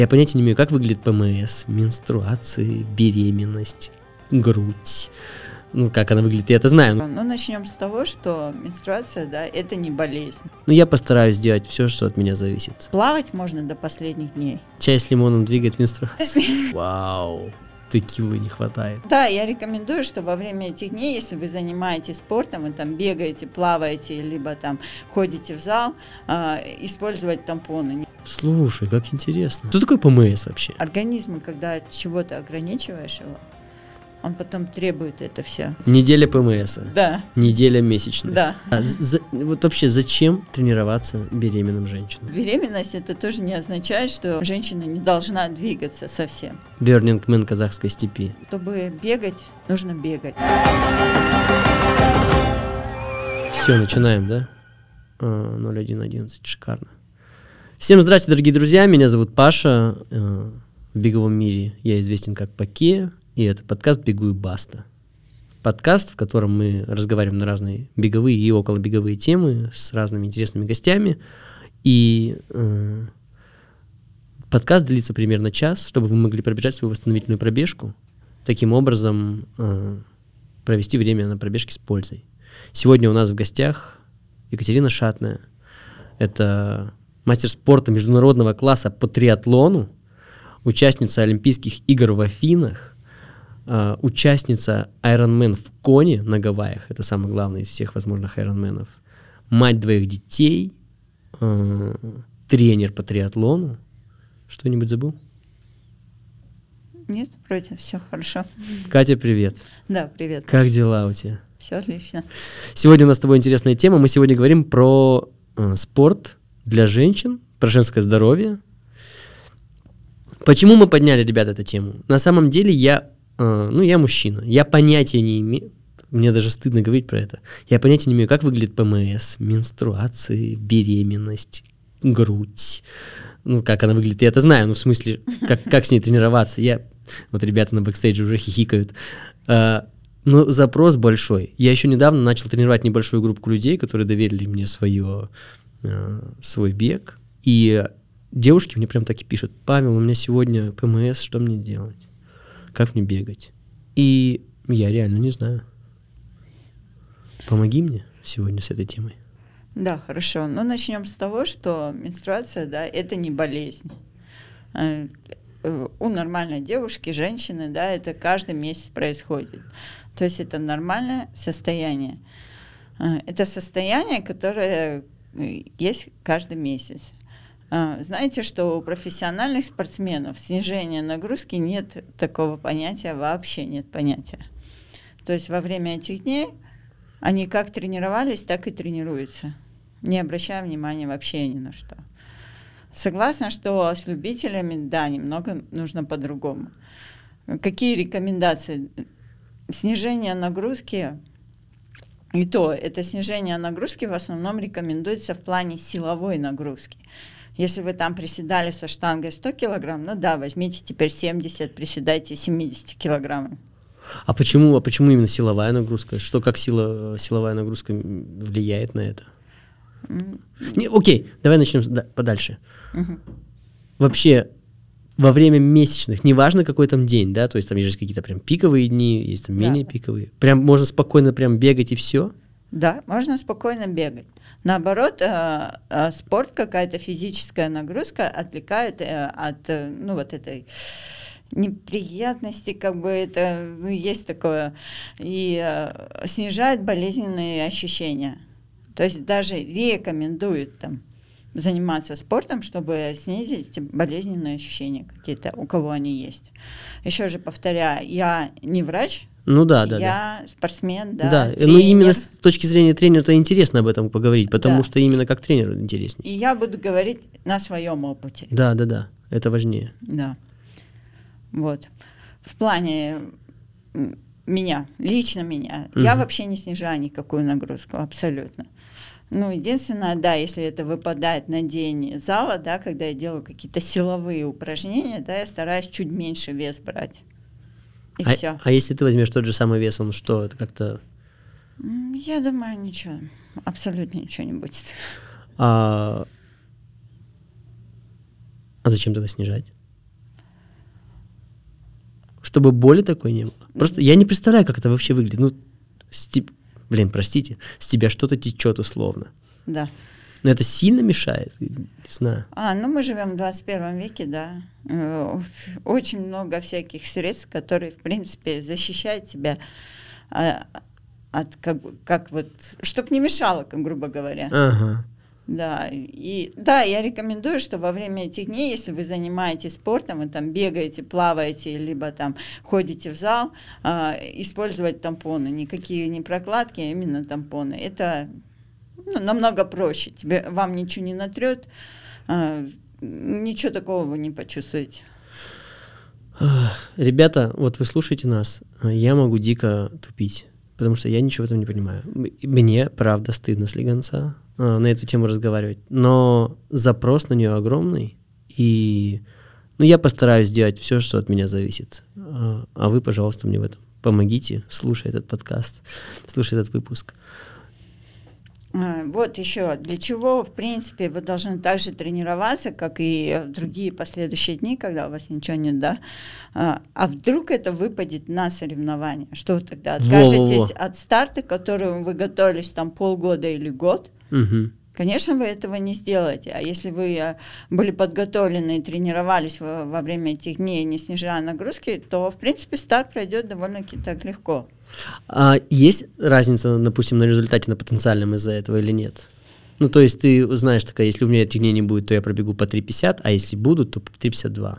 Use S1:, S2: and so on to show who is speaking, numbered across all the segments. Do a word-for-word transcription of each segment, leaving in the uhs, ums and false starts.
S1: Я понятия не имею, как выглядит ПМС, менструации, беременность, грудь. Ну, как она выглядит, я это знаю.
S2: Ну, начнем с того, что менструация, да, это не болезнь.
S1: Ну, я постараюсь сделать все, что от меня зависит.
S2: Плавать можно до последних дней.
S1: Чай с лимоном двигает менструацию. Вау, текилы не хватает.
S2: Да, я рекомендую, что во время этих дней, если вы занимаетесь спортом, вы там бегаете, плаваете, либо там ходите в зал, э, использовать тампоны.
S1: Слушай, как интересно. Что такое ПМС вообще?
S2: Организм, когда от чего-то ограничиваешь его, он потом требует это все.
S1: Неделя ПМС.
S2: Да.
S1: Неделя месячная.
S2: Да.
S1: А за, вот вообще зачем тренироваться беременным женщинам?
S2: Беременность это тоже не означает, что женщина не должна двигаться совсем.
S1: Burning Man казахской степи.
S2: Чтобы бегать, нужно бегать.
S1: Все, начинаем, да? А, ноль один одиннадцать, шикарно. Всем здравствуйте, дорогие друзья, меня зовут Паша. В беговом мире я известен как Паке, и это подкаст «Бегу и баста». Подкаст, в котором мы разговариваем на разные беговые и околобеговые темы с разными интересными гостями. И э, подкаст длится примерно час, чтобы вы могли пробежать свою восстановительную пробежку. Таким образом, э, провести время на пробежке с пользой. Сегодня у нас в гостях Екатерина Шатная. Это мастер спорта международного класса по триатлону, участница Олимпийских игр в Афинах, э, участница Ironman в Коне на Гавайях, это самый главный из всех возможных Ironman'ов, мать двоих детей, э, тренер по триатлону. Что-нибудь забыл?
S2: Нет, вроде все хорошо.
S1: Катя, привет.
S2: Да, привет.
S1: Как дела у тебя?
S2: Все отлично.
S1: Сегодня у нас с тобой интересная тема. Мы сегодня говорим про э, спорт для женщин, про женское здоровье. Почему мы подняли, ребята, эту тему? На самом деле я, э, ну, я мужчина, я понятия не имею, мне даже стыдно говорить про это, я понятия не имею, как выглядит ПМС, менструации, беременность, грудь. Ну, как она выглядит, я это знаю, ну, в смысле, как, как с ней тренироваться. Я, вот ребята на бэкстейдже уже хихикают. А, но запрос большой. Я еще недавно начал тренировать небольшую группу людей, которые доверили мне свое, а, свой бег. И девушки мне прям так и пишут: Павел, у меня сегодня ПМС, что мне делать? Как мне бегать? И я реально не знаю. Помоги мне сегодня с этой темой.
S2: Да, хорошо. Ну, начнем с того, что менструация, да, это не болезнь. У нормальной девушки, женщины, да, это каждый месяц происходит. То есть это нормальное состояние. Это состояние, которое есть каждый месяц. Знаете, что у профессиональных спортсменов снижения нагрузки нет такого понятия, вообще нет понятия. То есть во время этих дней они как тренировались, так и тренируются, не обращая внимания вообще ни на что. Согласна, что с любителями, да, немного нужно по-другому. Какие рекомендации? Снижение нагрузки, и то, это снижение нагрузки в основном рекомендуется в плане силовой нагрузки. Если вы там приседали со штангой сто килограмм, ну да, возьмите теперь семьдесят, приседайте семьдесят килограммов.
S1: А почему, а почему именно силовая нагрузка? Что, как сила, силовая нагрузка влияет на это? Mm. Не, окей, давай начнем да, подальше. Mm-hmm. Вообще, во время месячных, неважно какой там день, да, то есть там есть какие-то прям пиковые дни, есть там менее да. пиковые. Прям можно спокойно прям бегать и все? Да,
S2: можно спокойно бегать. Наоборот, э, э, спорт, какая-то физическая нагрузка отвлекает э, от, э, ну, вот этой неприятности, как бы это, ну, есть такое, и э, снижает болезненные ощущения. То есть даже рекомендуют там заниматься спортом, чтобы снизить болезненные ощущения какие-то, у кого они есть. Еще же повторяю, я не врач,
S1: ну да, да,
S2: я
S1: да.
S2: спортсмен, да.
S1: Да,
S2: тренер.
S1: но именно с точки зрения тренера-то интересно об этом поговорить, потому
S2: да.
S1: что именно как тренер интереснее.
S2: И я буду говорить на своем опыте.
S1: Да, да, да, это важнее.
S2: Да. Вот. В плане меня, лично меня, угу. я вообще не снижаю никакую нагрузку, абсолютно. Ну, единственное, да, если это выпадает на день зала, да, когда я делаю какие-то силовые упражнения, да, я стараюсь чуть меньше вес брать. И
S1: а,
S2: все.
S1: А если ты возьмешь тот же самый вес, он что, это как-то...
S2: Я думаю, ничего, абсолютно ничего не будет.
S1: А, а зачем тогда снижать? чтобы боли такой не было. Просто я не представляю, как это вообще выглядит. Ну, с te... блин, простите, с тебя что-то течет условно.
S2: Да.
S1: Но это сильно мешает? Не знаю.
S2: А, ну мы живем в двадцать первом веке, да. Очень много всяких средств, которые, в принципе, защищают тебя от, как, как вот, чтоб не мешало, как грубо говоря.
S1: Ага.
S2: Да, и да, я рекомендую, что во время этих дней, если вы занимаетесь спортом, вы там бегаете, плаваете, либо там ходите в зал, э, использовать тампоны. Никакие не прокладки, а именно тампоны. Это ну, намного проще. Тебе, вам ничего не натрет, э, ничего такого вы не почувствуете.
S1: Ребята, вот вы слушаете нас, я могу дико тупить, потому что я ничего в этом не понимаю. Мне, правда, стыдно слегонца на эту тему разговаривать, но запрос на нее огромный, и ну, я постараюсь сделать все, что от меня зависит. А вы, пожалуйста, мне в этом помогите, слушай этот подкаст, слушай этот выпуск.
S2: Вот еще, для чего, в принципе, вы должны так же тренироваться, как и в другие последующие дни, когда у вас ничего нет, да? А вдруг это выпадет на соревнования? Что вы тогда откажетесь Во-во-во. от старта, к которому вы готовились там полгода или год?
S1: Угу.
S2: Конечно, вы этого не сделаете. А если вы были подготовлены и тренировались во, во время этих дней, не снижая нагрузки, то, в принципе, старт пройдет довольно-таки так легко.
S1: А есть разница, допустим, на результате, на потенциальном из-за этого или нет? Ну, то есть ты знаешь, такая, если у меня этих дней не будет, то я пробегу по три пятьдесят, а если будут, то по три пятьдесят два.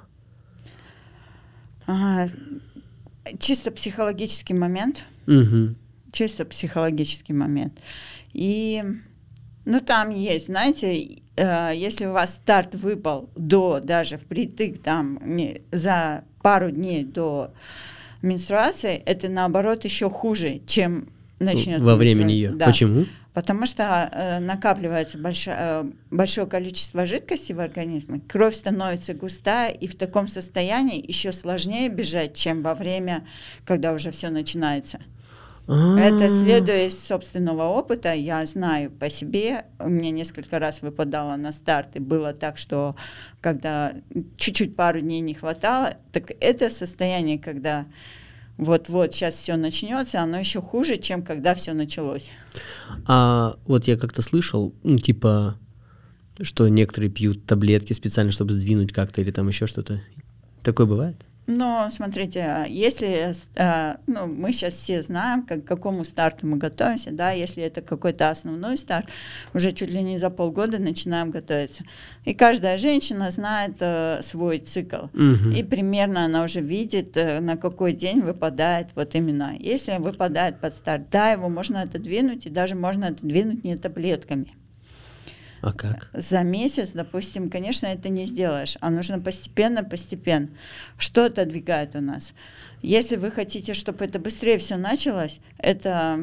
S2: Ага. Чисто психологический момент.
S1: Угу.
S2: Чисто психологический момент. И, ну, там есть, знаете, э, если у вас старт выпал до, даже впритык, там, не, за пару дней до менструации, это наоборот еще хуже, чем начнется
S1: во время нее.
S2: Да.
S1: Почему?
S2: Потому что э, накапливается большое, э, большое количество жидкости в организме, кровь становится густая, и в таком состоянии еще сложнее бежать, чем во время, когда уже все начинается. А-а-а. Это следуя из собственного опыта, я знаю по себе, у меня несколько раз выпадало на старт, и было так, что когда чуть-чуть пару дней не хватало, так это состояние, когда вот-вот сейчас все начнется, оно еще хуже, чем когда все началось.
S1: А вот я как-то слышал, ну типа, что некоторые пьют таблетки специально, чтобы сдвинуть как-то, или там еще что-то. Такое бывает?
S2: Но смотрите, если э, ну, мы сейчас все знаем, как, к какому старту мы готовимся, да, если это какой-то основной старт, уже чуть ли не за полгода начинаем готовиться. И каждая женщина знает э, свой цикл.
S1: Угу.
S2: И примерно она уже видит, э, на какой день выпадает вот именно. Если выпадает под старт, да, его можно отодвинуть, и даже можно отодвинуть не таблетками.
S1: А как?
S2: За месяц, допустим, конечно, это не сделаешь, а нужно постепенно, постепенно. Что отодвигает у нас? Если вы хотите, чтобы это быстрее все началось, это,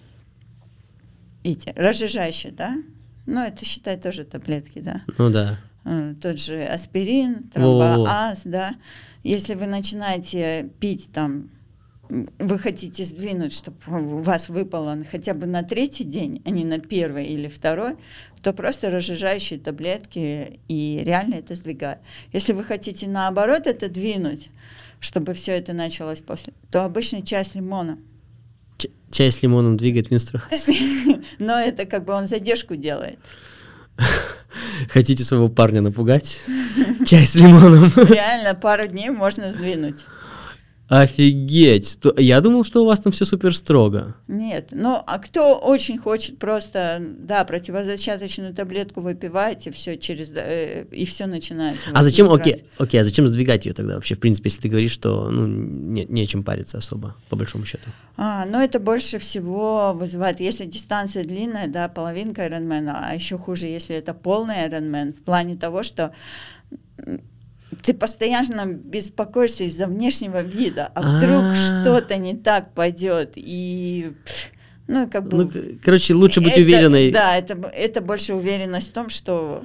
S2: видите, разжижающее, да? Ну, это, считай, тоже таблетки, да?
S1: Ну, да.
S2: Тот же аспирин, тромбоаз, да? Если вы начинаете пить там, вы хотите сдвинуть, чтобы у вас выпало хотя бы на третий день, а не на первый или второй, то просто разжижающие таблетки, и реально это сдвигает. Если вы хотите наоборот это двинуть, чтобы все это началось после, то обычный чай с лимоном.
S1: Ч- чай с лимоном двигает менструацию?
S2: Но это как бы он задержку делает.
S1: Хотите своего парня напугать? Чай с лимоном.
S2: Реально пару дней можно сдвинуть.
S1: Офигеть! Я думал, что у вас там все супер строго.
S2: Нет, ну, а кто очень хочет просто, да, противозачаточную таблетку выпивать, и все через, э, и все начинается.
S1: А зачем, окей, окей, а зачем сдвигать ее тогда вообще? В принципе, если ты говоришь, что ну, не, нечем париться особо, по большому счету.
S2: А, ну, это больше всего вызывает, если дистанция длинная, да, половинка айронмена, а еще хуже, если это полный айронмен, в плане того, что ты постоянно беспокоишься из-за внешнего вида, а вдруг А-а-а. что-то не так пойдет, и, ну, как бы...
S1: Ну, короче, лучше быть
S2: это,
S1: уверенной.
S2: Да, это, это больше уверенность в том, что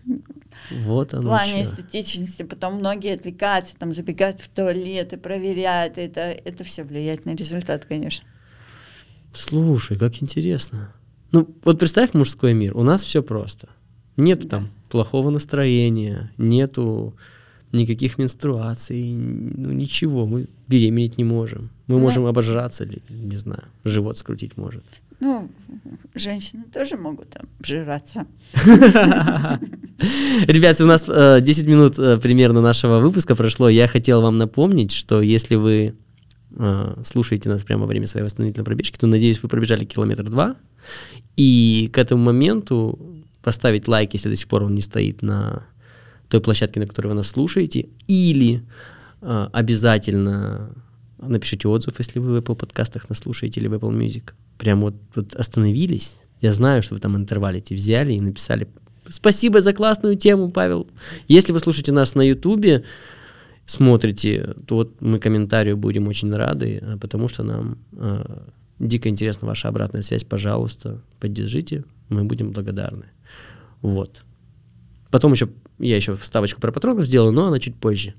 S1: вот оно
S2: в плане
S1: что.
S2: эстетичности, потом многие отвлекаются, там, забегают в туалет и проверяют, это, это все влияет на результат, конечно.
S1: Слушай, как интересно. Ну, вот представь мужской мир, у нас все просто. Нету да. там плохого настроения, нету... Никаких менструаций, ну ничего, мы беременеть не можем. Мы
S2: ну,
S1: можем обожраться, или, не знаю, живот скрутить может.
S2: Ну, женщины тоже могут обжираться.
S1: Ребят, у нас э, десять минут э, примерно нашего выпуска прошло. Я хотел вам напомнить, что если вы э, слушаете нас прямо во время своей восстановительной пробежки, то, надеюсь, вы пробежали километр два. И к этому моменту поставить лайк, если до сих пор он не стоит на той площадке, на которой вы нас слушаете, или э, обязательно напишите отзыв, если вы в Apple подкастах нас слушаете или в Apple Music. Прям вот, вот остановились. Я знаю, что вы там интервале эти взяли и написали «Спасибо за классную тему, Павел». Если вы слушаете нас на Ютубе, смотрите, то вот мы комментарию будем очень рады, потому что нам э, дико интересна ваша обратная связь. Пожалуйста, поддержите, мы будем благодарны. Вот. Потом еще я еще вставочку про патронов сделаю, но она чуть позже.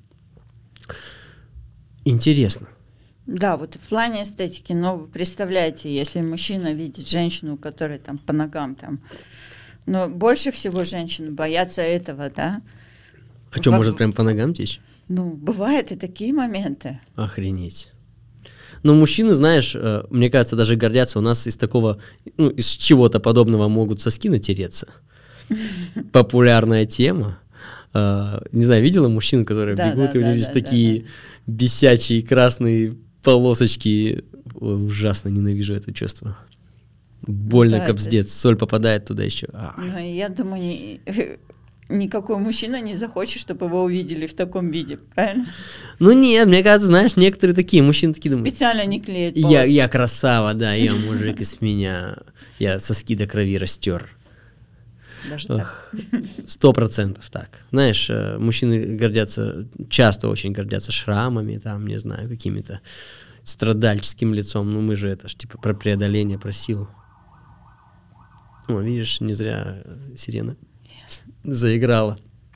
S1: Интересно.
S2: Да, вот в плане эстетики, но вы представляете, если мужчина видит женщину, которая там по ногам там, но больше всего женщины боятся этого, да?
S1: А что,
S2: Во...
S1: может прям по ногам течь?
S2: Ну, бывают и такие моменты.
S1: Охренеть. Ну, мужчины, знаешь, мне кажется, даже гордятся, у нас из такого, ну, из чего-то подобного могут соски натереться. Популярная тема. Не знаю, видела мужчин, которые бегут, и у них здесь такие бесячие красные полосочки. Ой, ужасно ненавижу это чувство. Больно, да, капздец. Это... Соль попадает туда еще. А.
S2: Ну, я думаю, не... никакой мужчина не захочет, чтобы его увидели в таком виде, правильно?
S1: Ну нет, мне кажется, знаешь, некоторые такие мужчины такие думают.
S2: Специально не клеят
S1: полосочки. Я, я красава, да, я мужик из меня. Я соски до крови растер.
S2: Даже так.
S1: Сто процентов так. Знаешь, мужчины гордятся, часто очень гордятся шрамами, там, не знаю, какими-то страдальческим лицом. Ну, мы же это ж типа про преодоление, про силу. О, видишь, не зря сирена yes. заиграла.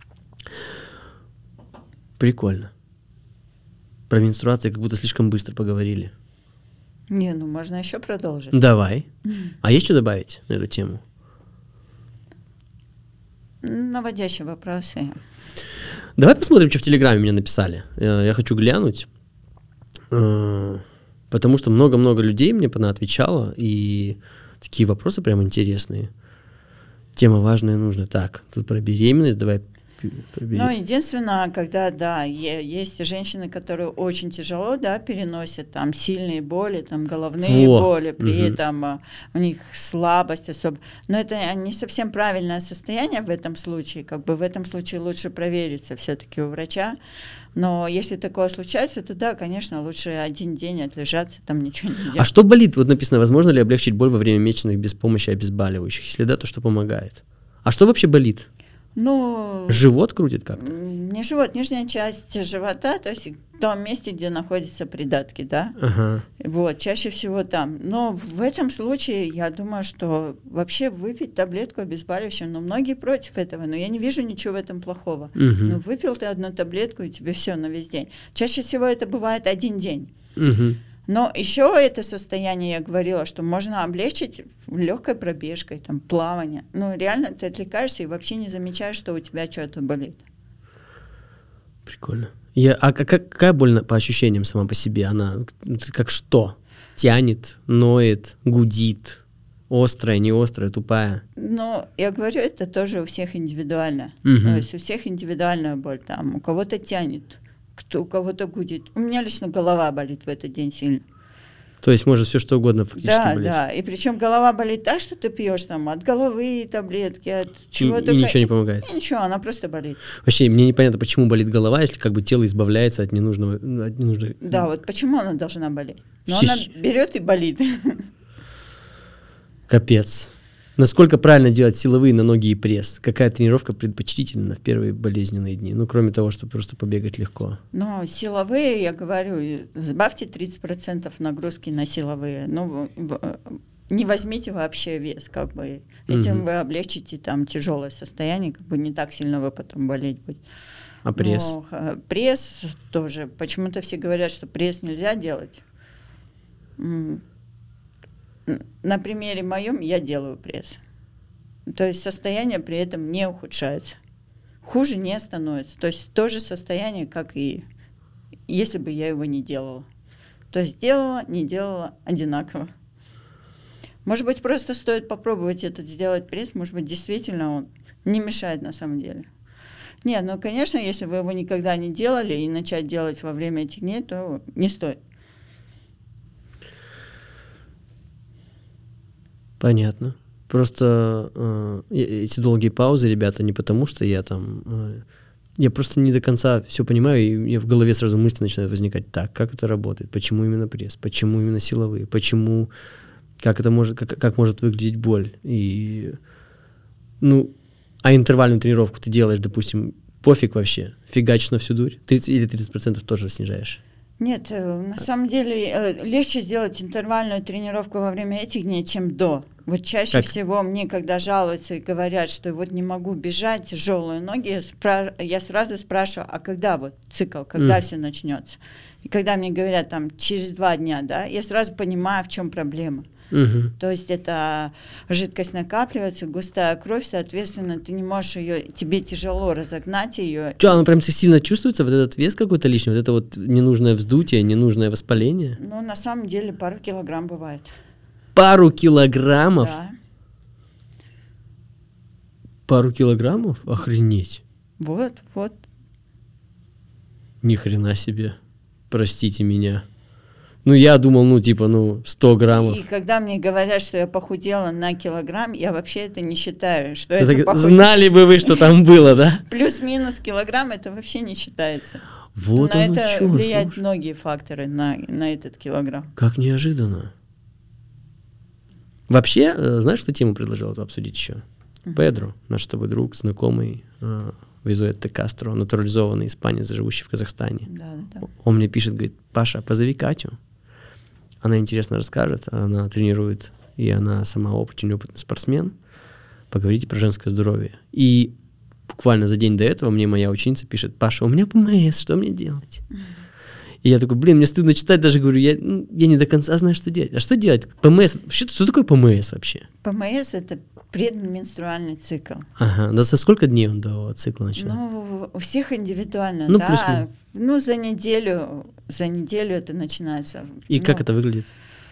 S1: Прикольно. Про менструации как будто слишком быстро поговорили.
S2: Не, ну можно еще продолжить.
S1: Давай. А есть что добавить на эту тему?
S2: Наводящие вопросы.
S1: Давай посмотрим, что в Телеграме мне написали. Я хочу глянуть, потому что много-много людей мне понаотвечало, и такие вопросы прям интересные. Тема важная и нужная. Так, тут про беременность, давай.
S2: Ну, единственное, когда, да, есть женщины, которые очень тяжело, да, переносят там сильные боли, там головные Во. боли, при угу. этом у них слабость особо. Но это не совсем правильное состояние в этом случае, как бы в этом случае лучше провериться все-таки у врача. Но если такое случается, то да, конечно, лучше один день отлежаться, там ничего не делать.
S1: А что болит? Вот написано, возможно ли облегчить боль во время месячных без помощи обезболивающих? Если да, то что помогает? А что вообще болит?
S2: Ну,
S1: живот крутит как-то?
S2: Не живот, нижняя часть живота, то есть в том месте, где находятся придатки, да.
S1: Ага.
S2: Вот, чаще всего там. Но в этом случае, я думаю, что вообще выпить таблетку обезболивающего, ну, многие против этого, но я не вижу ничего в этом плохого.
S1: Угу.
S2: Ну, выпил ты одну таблетку, и тебе все на весь день. Чаще всего это бывает один день.
S1: Угу.
S2: Но еще это состояние, я говорила, что можно облегчить легкой пробежкой, там, плавание. Ну, реально ты отвлекаешься и вообще не замечаешь, что у тебя что-то болит.
S1: Прикольно. Я, а как, какая боль по ощущениям сама по себе? Она как что? Тянет, ноет, гудит? Острая, не острая, тупая?
S2: Ну, я говорю, это тоже у всех индивидуально.
S1: Угу.
S2: То есть у всех индивидуальная боль. Там, у кого-то тянет, кто, у кого-то гудит. У меня лично голова болит в этот день сильно.
S1: То есть может все что угодно фактически
S2: да,
S1: болеть?
S2: Да, да. И причем голова болит так, что ты пьешь там от головы таблетки, от чего
S1: и,
S2: только.
S1: И ничего не помогает?
S2: И ничего, она просто болит.
S1: Вообще, мне непонятно, почему болит голова, если как бы тело избавляется от ненужного... От ненужного...
S2: Да, вот почему она должна болеть? Но Чиш... она берет и болит.
S1: Капец. Насколько правильно делать силовые на ноги и пресс? Какая тренировка предпочтительна в первые болезненные дни? Ну, кроме того, чтобы просто побегать легко.
S2: Ну, силовые, я говорю, сбавьте тридцать процентов нагрузки на силовые. Ну, не возьмите вообще вес, как бы. Этим угу. вы облегчите там тяжелое состояние, как бы не так сильно вы потом болеть будете.
S1: А пресс?
S2: Но, пресс тоже. Почему-то все говорят, что пресс нельзя делать. На примере моем я делаю пресс. То есть состояние при этом не ухудшается. хуже не становится. То есть то же состояние, как и если бы я его не делала. То есть делала, не делала одинаково. Может быть, просто стоит попробовать этот сделать пресс, может быть, действительно он не мешает на самом деле. Нет, ну, конечно, если вы его никогда не делали и начать делать во время этих дней, то не стоит.
S1: Понятно. Просто э, эти долгие паузы, ребята, не потому, что я там... Э, я просто не до конца все понимаю, и мне в голове сразу мысли начинают возникать. Так, как это работает? Почему именно пресс? Почему именно силовые? Почему... Как это может... Как, как может выглядеть боль? И... Ну... А интервальную тренировку ты делаешь, допустим, пофиг вообще, фигачишь на всю дурь, тридцать или тридцать процентов тоже снижаешь?
S2: Нет, на самом деле легче сделать интервальную тренировку во время этих дней, чем до. Вот чаще как? всего мне, когда жалуются и говорят, что вот не могу бежать, тяжелые ноги, я, спра- я сразу спрашиваю, а когда вот цикл, когда mm. все начнется? И когда мне говорят там через два дня, да, я сразу понимаю, в чем проблема. Угу. То есть это жидкость накапливается, густая кровь, соответственно, ты не можешь ее, тебе тяжело разогнать ее.
S1: Что, она прям сильно чувствуется, вот этот вес какой-то лишний, вот это вот ненужное вздутие, ненужное воспаление?
S2: Ну, на самом деле, пару килограмм бывает.
S1: Пару килограммов?
S2: Да.
S1: Пару килограммов? Охренеть.
S2: Вот, вот.
S1: Ни хрена себе. Простите меня. Ну, я думал, ну, типа, ну, сто граммов.
S2: И когда мне говорят, что я похудела на килограмм, я вообще это не считаю, что
S1: это
S2: это похудела.
S1: Знали бы вы, что там было, да?
S2: Плюс-минус килограмм, это вообще не считается.
S1: Вот
S2: на
S1: оно
S2: это
S1: чё,
S2: влияют
S1: слушай.
S2: многие факторы на, на этот килограмм.
S1: Как неожиданно. Вообще, знаешь, что тему предложил эту обсудить еще? Uh-huh. Педро, наш с тобой друг, знакомый, Визуэт де Кастро, натурализованный испанец, живущий в Казахстане.
S2: Да, да, да.
S1: Он мне пишет, говорит, Паша, позови Катю. Она интересно расскажет, она тренирует, и она сама очень опытный спортсмен. Поговорите про женское здоровье. И буквально за день до этого мне моя ученица пишет, Паша, у меня ПМС, что мне делать? Mm-hmm. И я такой, блин, мне стыдно читать, даже говорю, я, ну, я не до конца знаю, что делать. А что делать? ПМС, что, что такое ПМС вообще?
S2: ПМС – это предменструальный цикл.
S1: Ага, да за сколько дней он до цикла начинает?
S2: Ну, у всех индивидуально,
S1: ну,
S2: да.
S1: Плюс-минус.
S2: Ну, за неделю, за неделю это начинается.
S1: И
S2: ну,
S1: как это выглядит?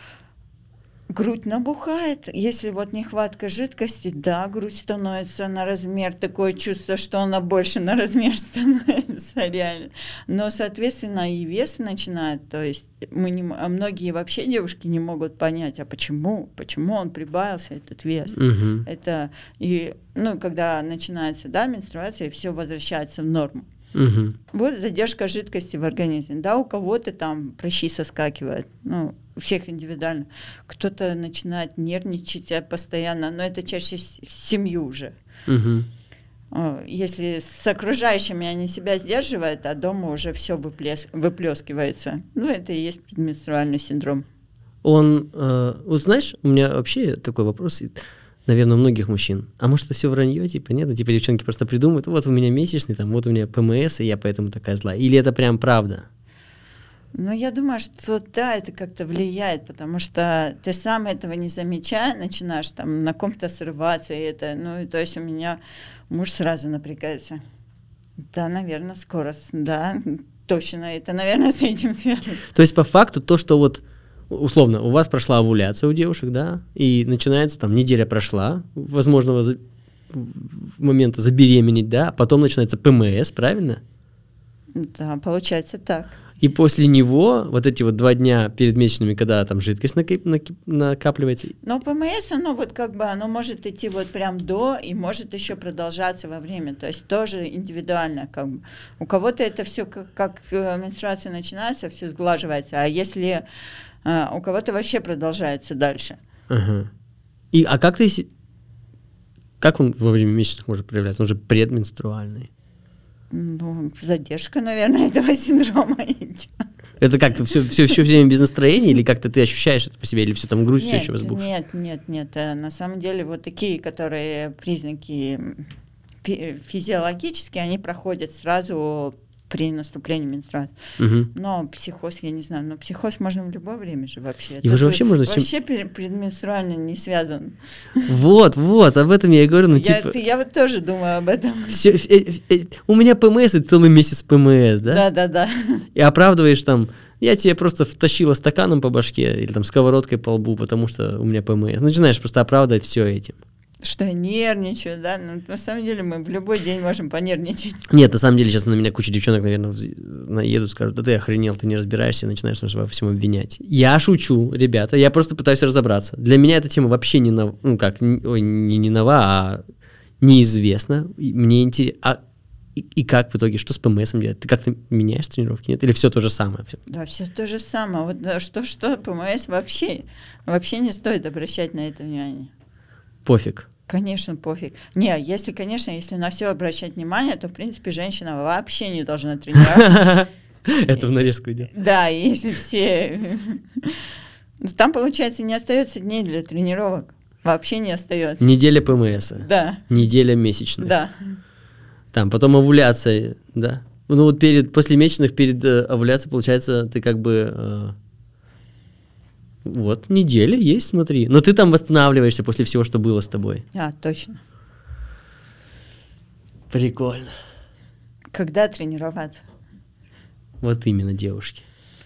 S2: Грудь набухает, если вот нехватка жидкости, да, грудь становится на размер, такое чувство, что она больше на размер становится реально. Но, соответственно, и вес начинает, то есть мы не, а многие вообще девушки не могут понять, а почему, почему он прибавился, этот вес.
S1: Угу.
S2: Это, и, ну, когда начинается, да, менструация, все возвращается в норму.
S1: Угу.
S2: Вот задержка жидкости в организме. Да, у кого-то там прыщи соскакивают, ну, у всех индивидуально. Кто-то начинает нервничать постоянно, но это чаще в семью уже. Угу. Если с окружающими они себя сдерживают, а дома уже все выплес... выплескивается. Ну, это и есть предменструальный синдром.
S1: Он, э, вот знаешь, у меня вообще такой вопрос, наверное, у многих мужчин. А может, это все вранье, типа, нет? Типа девчонки просто придумывают, вот у меня месячный, там, вот у меня ПМС, и я поэтому такая злая. Или это прям правда?
S2: Ну, я думаю, что да, это как-то влияет, потому что ты сам этого не замечая, начинаешь там на ком-то срываться, и это, ну, и то есть у меня муж сразу напрягается. Да, наверное, скоро, да, точно, это, наверное, с этим связано.
S1: То есть, по факту, то, что вот, условно, у вас прошла овуляция у девушек, да, и начинается, там, неделя прошла, возможного за... момента забеременеть, да, а потом начинается ПМС, правильно?
S2: Да, получается так.
S1: И после него, вот эти вот два дня перед месячными, когда там жидкость накип, накип, накапливается.
S2: Но ПМС, оно вот как бы, оно может идти вот прям до и может еще продолжаться во время. То есть тоже индивидуально. Как бы. У кого-то это все, как, как менструация начинается, все сглаживается. А если а, у кого-то вообще продолжается дальше.
S1: Ага. И, а как ты, как он во время месячных может проявляться? Он же предменструальный.
S2: Ну, задержка, наверное, этого синдрома идет.
S1: Это как-то все, все, все время без настроения, или как-то ты ощущаешь это по себе, или все там грудь
S2: нет,
S1: все еще возбуждена?
S2: Нет, нет, нет. На самом деле вот такие, которые признаки фи- физиологические, они проходят сразу при наступлении менструации.
S1: Угу.
S2: Но психоз, я не знаю, но психоз можно в любое время же вообще.
S1: Его же вообще можно...
S2: Вообще чем... предменструально не связан.
S1: Вот, вот, об этом я и говорю. Ну,
S2: я,
S1: типа...
S2: ты, я вот тоже думаю об этом.
S1: Все, э, э, у меня ПМС и целый месяц ПМС, да?
S2: Да, да, да.
S1: И оправдываешь там, я тебе просто втащила стаканом по башке или там сковородкой по лбу, потому что у меня ПМС. Начинаешь просто оправдывать все этим.
S2: Что я нервничаю, да? Но на самом деле мы в любой день можем понервничать.
S1: Нет, на самом деле сейчас на меня куча девчонок, наверное, наедут, скажут, да ты охренел, ты не разбираешься, начинаешь нас во всем обвинять. Я шучу, ребята, я просто пытаюсь разобраться. Для меня эта тема вообще не нова, ну как, ой, не, не нова, а неизвестна. Мне интересно, а и, и как в итоге, что с ПМСом делать? Ты как-то меняешь тренировки, нет? Или все то же самое? Все?
S2: Да, все то же самое. Вот да, что-что, ПМС вообще, вообще не стоит обращать на это внимание.
S1: Пофиг.
S2: Конечно, пофиг. Не, если, конечно, если на все обращать внимание, то, в принципе, женщина вообще не должна тренироваться.
S1: Это в нарезку идет.
S2: Да, если все... Там, получается, не остается дней для тренировок. Вообще не остается.
S1: Неделя ПМСа.
S2: Да.
S1: Неделя месячных.
S2: Да.
S1: Там, потом овуляция, да. Ну вот перед, после месячных, перед э, овуляцией, получается, ты как бы... Э, вот, неделя есть, смотри. Но ты там восстанавливаешься после всего, что было с тобой.
S2: А, точно.
S1: Прикольно.
S2: Когда тренироваться?
S1: Вот именно, девушки.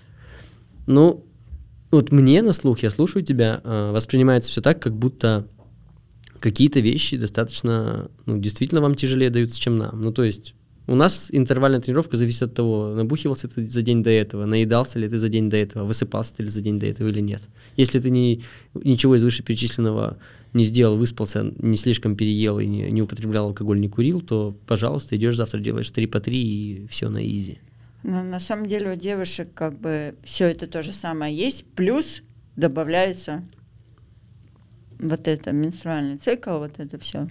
S1: Ну, вот мне на слух, я слушаю тебя, э, воспринимается все так, как будто какие-то вещи достаточно, ну, действительно вам тяжелее даются, чем нам. Ну, то есть у нас интервальная тренировка зависит от того, набухивался ты за день до этого, наедался ли ты за день до этого, высыпался ты ли за день до этого или нет. Если ты не, ничего из вышеперечисленного не сделал, выспался, не слишком переел и не, не употреблял алкоголь, не курил, то, пожалуйста, идешь завтра, делаешь три по три и все на изи.
S2: Ну, на самом деле у девушек как бы все это то же самое есть, плюс добавляется вот это менструальный цикл, вот это все.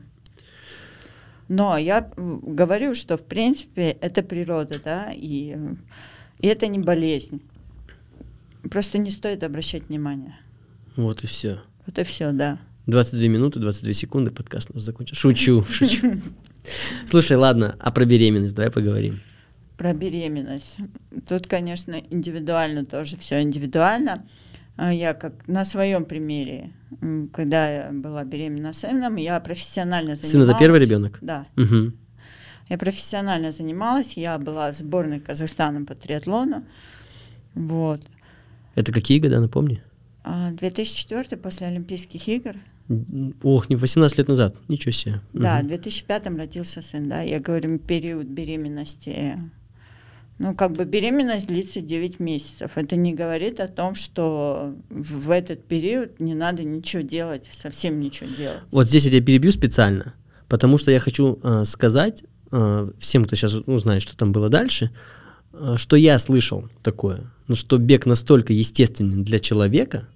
S2: Но я говорю, что в принципе это природа, да, и, и это не болезнь. Просто не стоит обращать внимания.
S1: Вот и все.
S2: Вот и все, да.
S1: двадцать две минуты, двадцать две секунды, подкаст наш закончен. Шучу, шучу. Слушай, ладно, а про беременность давай поговорим.
S2: Про беременность. Тут, конечно, индивидуально тоже все индивидуально. Я как на своем примере, когда я была беременна сыном, я профессионально занималась.
S1: Сын — это первый ребенок?
S2: Да.
S1: Угу.
S2: Я профессионально занималась, я была в сборной Казахстана по триатлону. Вот.
S1: Это какие года, напомни?
S2: две тысячи четвёртый, после Олимпийских игр.
S1: Ох, не восемнадцать лет назад, ничего себе.
S2: Да,
S1: угу.
S2: в две тысячи пятом родился сын, да, я говорю, период беременности. Ну, как бы беременность длится девять месяцев. Это не говорит о том, что в этот период не надо ничего делать, совсем ничего делать.
S1: Вот здесь я тебя перебью специально, потому что я хочу э, сказать э, всем, кто сейчас узнает, что там было дальше, э, что я слышал такое, ну, что бег настолько естественен для человека,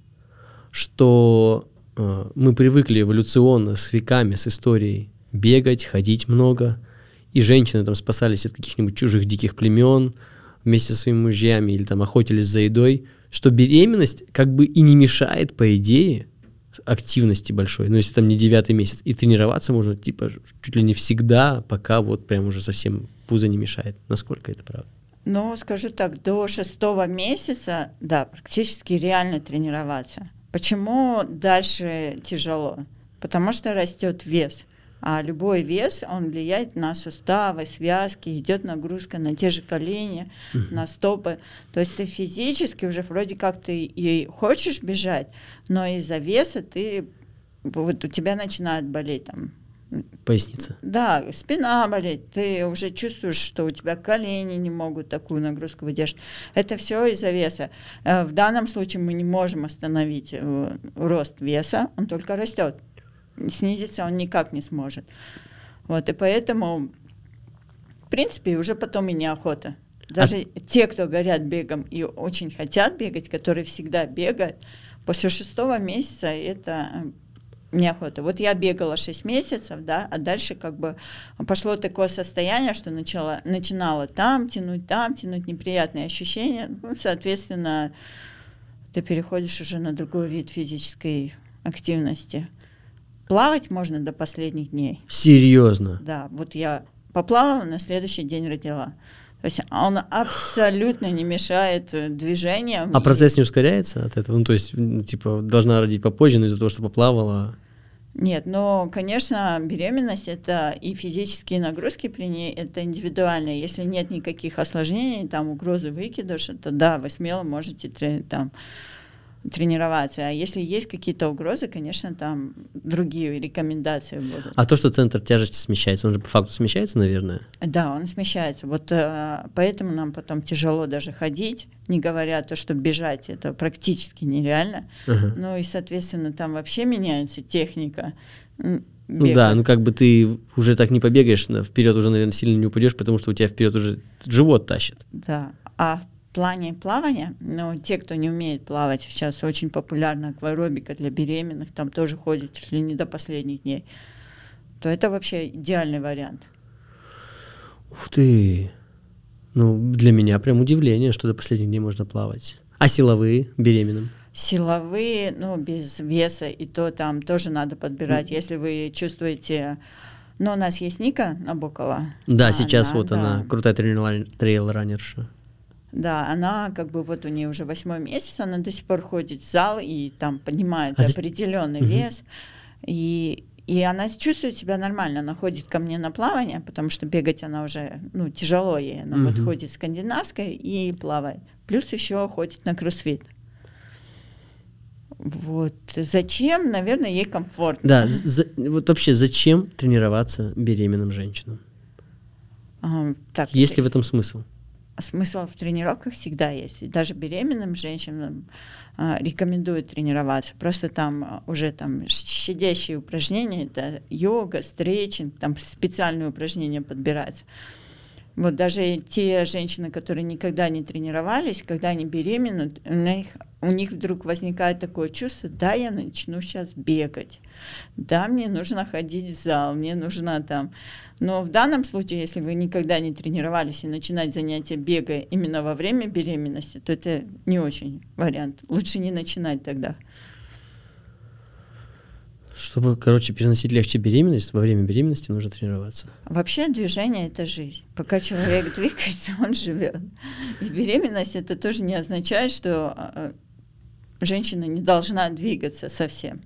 S1: что э, мы привыкли эволюционно с веками, с историей бегать, ходить много, и женщины там спасались от каких-нибудь чужих диких племен вместе со своими мужьями или там охотились за едой, что беременность как бы и не мешает, по идее, активности большой, но если там не девятый месяц, и тренироваться можно типа чуть ли не всегда, пока вот прям уже совсем пузо не мешает. Насколько это правда?
S2: Ну, скажу так, до шестого месяца, да, практически реально тренироваться. Почему дальше тяжело? Потому что растет вес. А любой вес, он влияет на суставы, связки, идет нагрузка на те же колени, uh-huh. на стопы. То есть ты физически уже вроде как ты и хочешь бежать, но из-за веса ты, вот у тебя начинает болеть там.
S1: Поясница.
S2: Да, спина болеть. Ты уже чувствуешь, что у тебя колени не могут такую нагрузку выдержать. Это все из-за веса. В данном случае мы не можем остановить рост веса, он только растет. Снизиться он никак не сможет. Вот, и поэтому, в принципе, уже потом и неохота. Даже а... те, кто горят бегом и очень хотят бегать, которые всегда бегают, после шестого месяца это неохота. Вот я бегала шесть месяцев, да, а дальше как бы пошло такое состояние, что начала, начинала там тянуть, там тянуть, неприятные ощущения. Ну, соответственно, ты переходишь уже на другой вид физической активности. Плавать можно до последних дней.
S1: Серьезно?
S2: Да, вот я поплавала, на следующий день родила. То есть он абсолютно не мешает движениям.
S1: А процесс не ускоряется от этого? Ну, то есть, ну, типа, должна родить попозже, но из-за того, что поплавала...
S2: Нет, но, конечно, беременность — это и физические нагрузки при ней, это индивидуально. Если нет никаких осложнений, там, угрозы выкидыша, то да, вы смело можете там тренироваться. А если есть какие-то угрозы, конечно, там другие рекомендации будут.
S1: А то, что центр тяжести смещается, он же по факту смещается, наверное?
S2: Да, он смещается. Вот э, поэтому нам потом тяжело даже ходить, не говоря то, что бежать это практически нереально. Uh-huh. Ну и, соответственно, там вообще меняется техника.
S1: Бега. Ну да, ну как бы ты уже так не побегаешь, вперед уже, наверное, сильно не упадешь, потому что у тебя вперед уже живот тащит.
S2: Да, а в плане плавания, ну, те, кто не умеет плавать, сейчас очень популярна акваэробика для беременных, там тоже ходят чуть ли не до последних дней, то это вообще идеальный вариант.
S1: Ух ты! Ну, для меня прям удивление, что до последних дней можно плавать. А силовые беременным?
S2: Силовые, ну, без веса, и то там тоже надо подбирать. Mm. Если вы чувствуете... Ну, у нас есть Ника Набокова.
S1: Да, она, сейчас вот
S2: да.
S1: она, крутая трейл-раннерша.
S2: Да, она как бы вот у нее уже восьмой месяц, она до сих пор ходит в зал и там поднимает а определенный угу. вес. И, и она чувствует себя нормально. Она ходит ко мне на плавание, потому что бегать она уже, ну, тяжело ей. Она угу. вот ходит скандинавской и плавает. Плюс еще ходит на кроссфит. Вот. Зачем? Наверное, ей комфортно.
S1: Да, за, вот вообще зачем тренироваться беременным женщинам?
S2: А, так,
S1: есть ли в этом смысл?
S2: Смысл в тренировках всегда есть. И даже беременным женщинам а, рекомендуют тренироваться. Просто там уже там щадящие упражнения, это йога, стретчинг, там специальные упражнения подбираются. Вот даже те женщины, которые никогда не тренировались, когда они беременны, у них, у них вдруг возникает такое чувство: да, я начну сейчас бегать, да, мне нужно ходить в зал, мне нужно там... Но в данном случае, если вы никогда не тренировались и начинать занятия бега именно во время беременности, то это не очень вариант. Лучше не начинать тогда.
S1: Чтобы, короче, переносить легче беременность, во время беременности нужно тренироваться.
S2: Вообще движение — это жизнь. Пока человек двигается, он живет. И беременность — это тоже не означает, что женщина не должна двигаться совсем.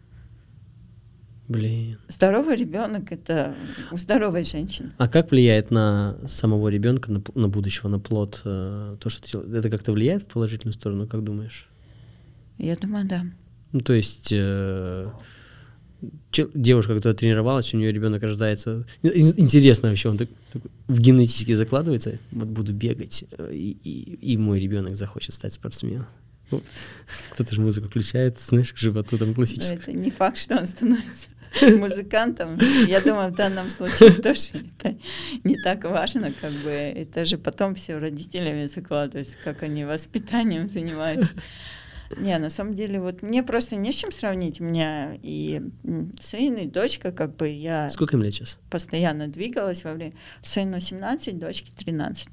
S1: Блин.
S2: Здоровый ребенок — это у здоровой женщины.
S1: А как влияет на самого ребенка, на, на будущего, на плод, то, что ты делаешь? Это как-то влияет в положительную сторону, как думаешь?
S2: Я думаю, да.
S1: Ну, то есть... Э- девушка, которая тренировалась, у нее ребенок рождается. Интересно вообще, он так, так в генетически закладывается. Вот буду бегать, и, и, и мой ребенок захочет стать спортсменом. Ну, кто-то же музыку включает, знаешь, к животу там классическую.
S2: Это не факт, что он становится музыкантом. Я думаю, в данном случае тоже это не так важно, как бы это же потом все родителями закладывается, как они воспитанием занимаются. Не, на самом деле, вот мне просто не с чем сравнить. У меня и сын, и дочка, как бы я...
S1: Сколько им лет сейчас?
S2: Постоянно двигалась во время... Сыну семнадцать, дочке тринадцать.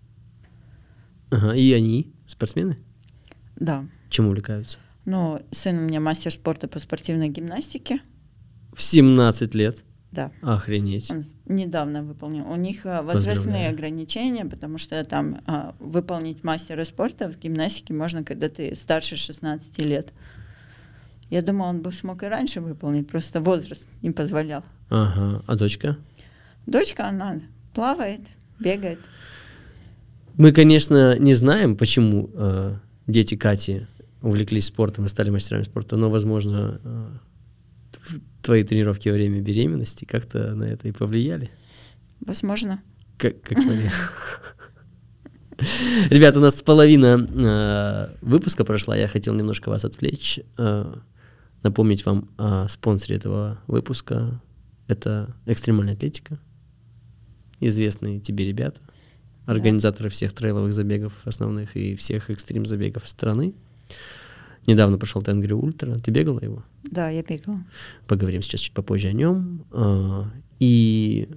S1: Ага, и они спортсмены?
S2: Да.
S1: Чем увлекаются?
S2: Ну, сын у меня мастер спорта по спортивной гимнастике.
S1: В семнадцать лет?
S2: Да.
S1: Охренеть.
S2: Он недавно выполнил. У них а, возрастные ограничения, потому что там а, выполнить мастера спорта в гимнастике можно, когда ты старше шестнадцати лет. Я думала, он бы смог и раньше выполнить, просто возраст не позволял.
S1: Ага. А дочка?
S2: Дочка, она плавает, бегает.
S1: Мы, конечно, не знаем, почему э, дети Кати увлеклись спортом и стали мастерами спорта, но, возможно... Э, твои тренировки во время беременности как-то на это и повлияли?
S2: Возможно.
S1: Как, как вариант. Ребята, у нас половина э, выпуска прошла. Я хотел немножко вас отвлечь, э, напомнить вам о спонсоре этого выпуска. Это экстремальная атлетика. Известные тебе ребята, организаторы всех трейловых забегов основных и всех экстрим-забегов страны. Недавно прошел Тенгри Ультра. Ты бегала его?
S2: Да, я бегала.
S1: Поговорим сейчас чуть попозже о нем. И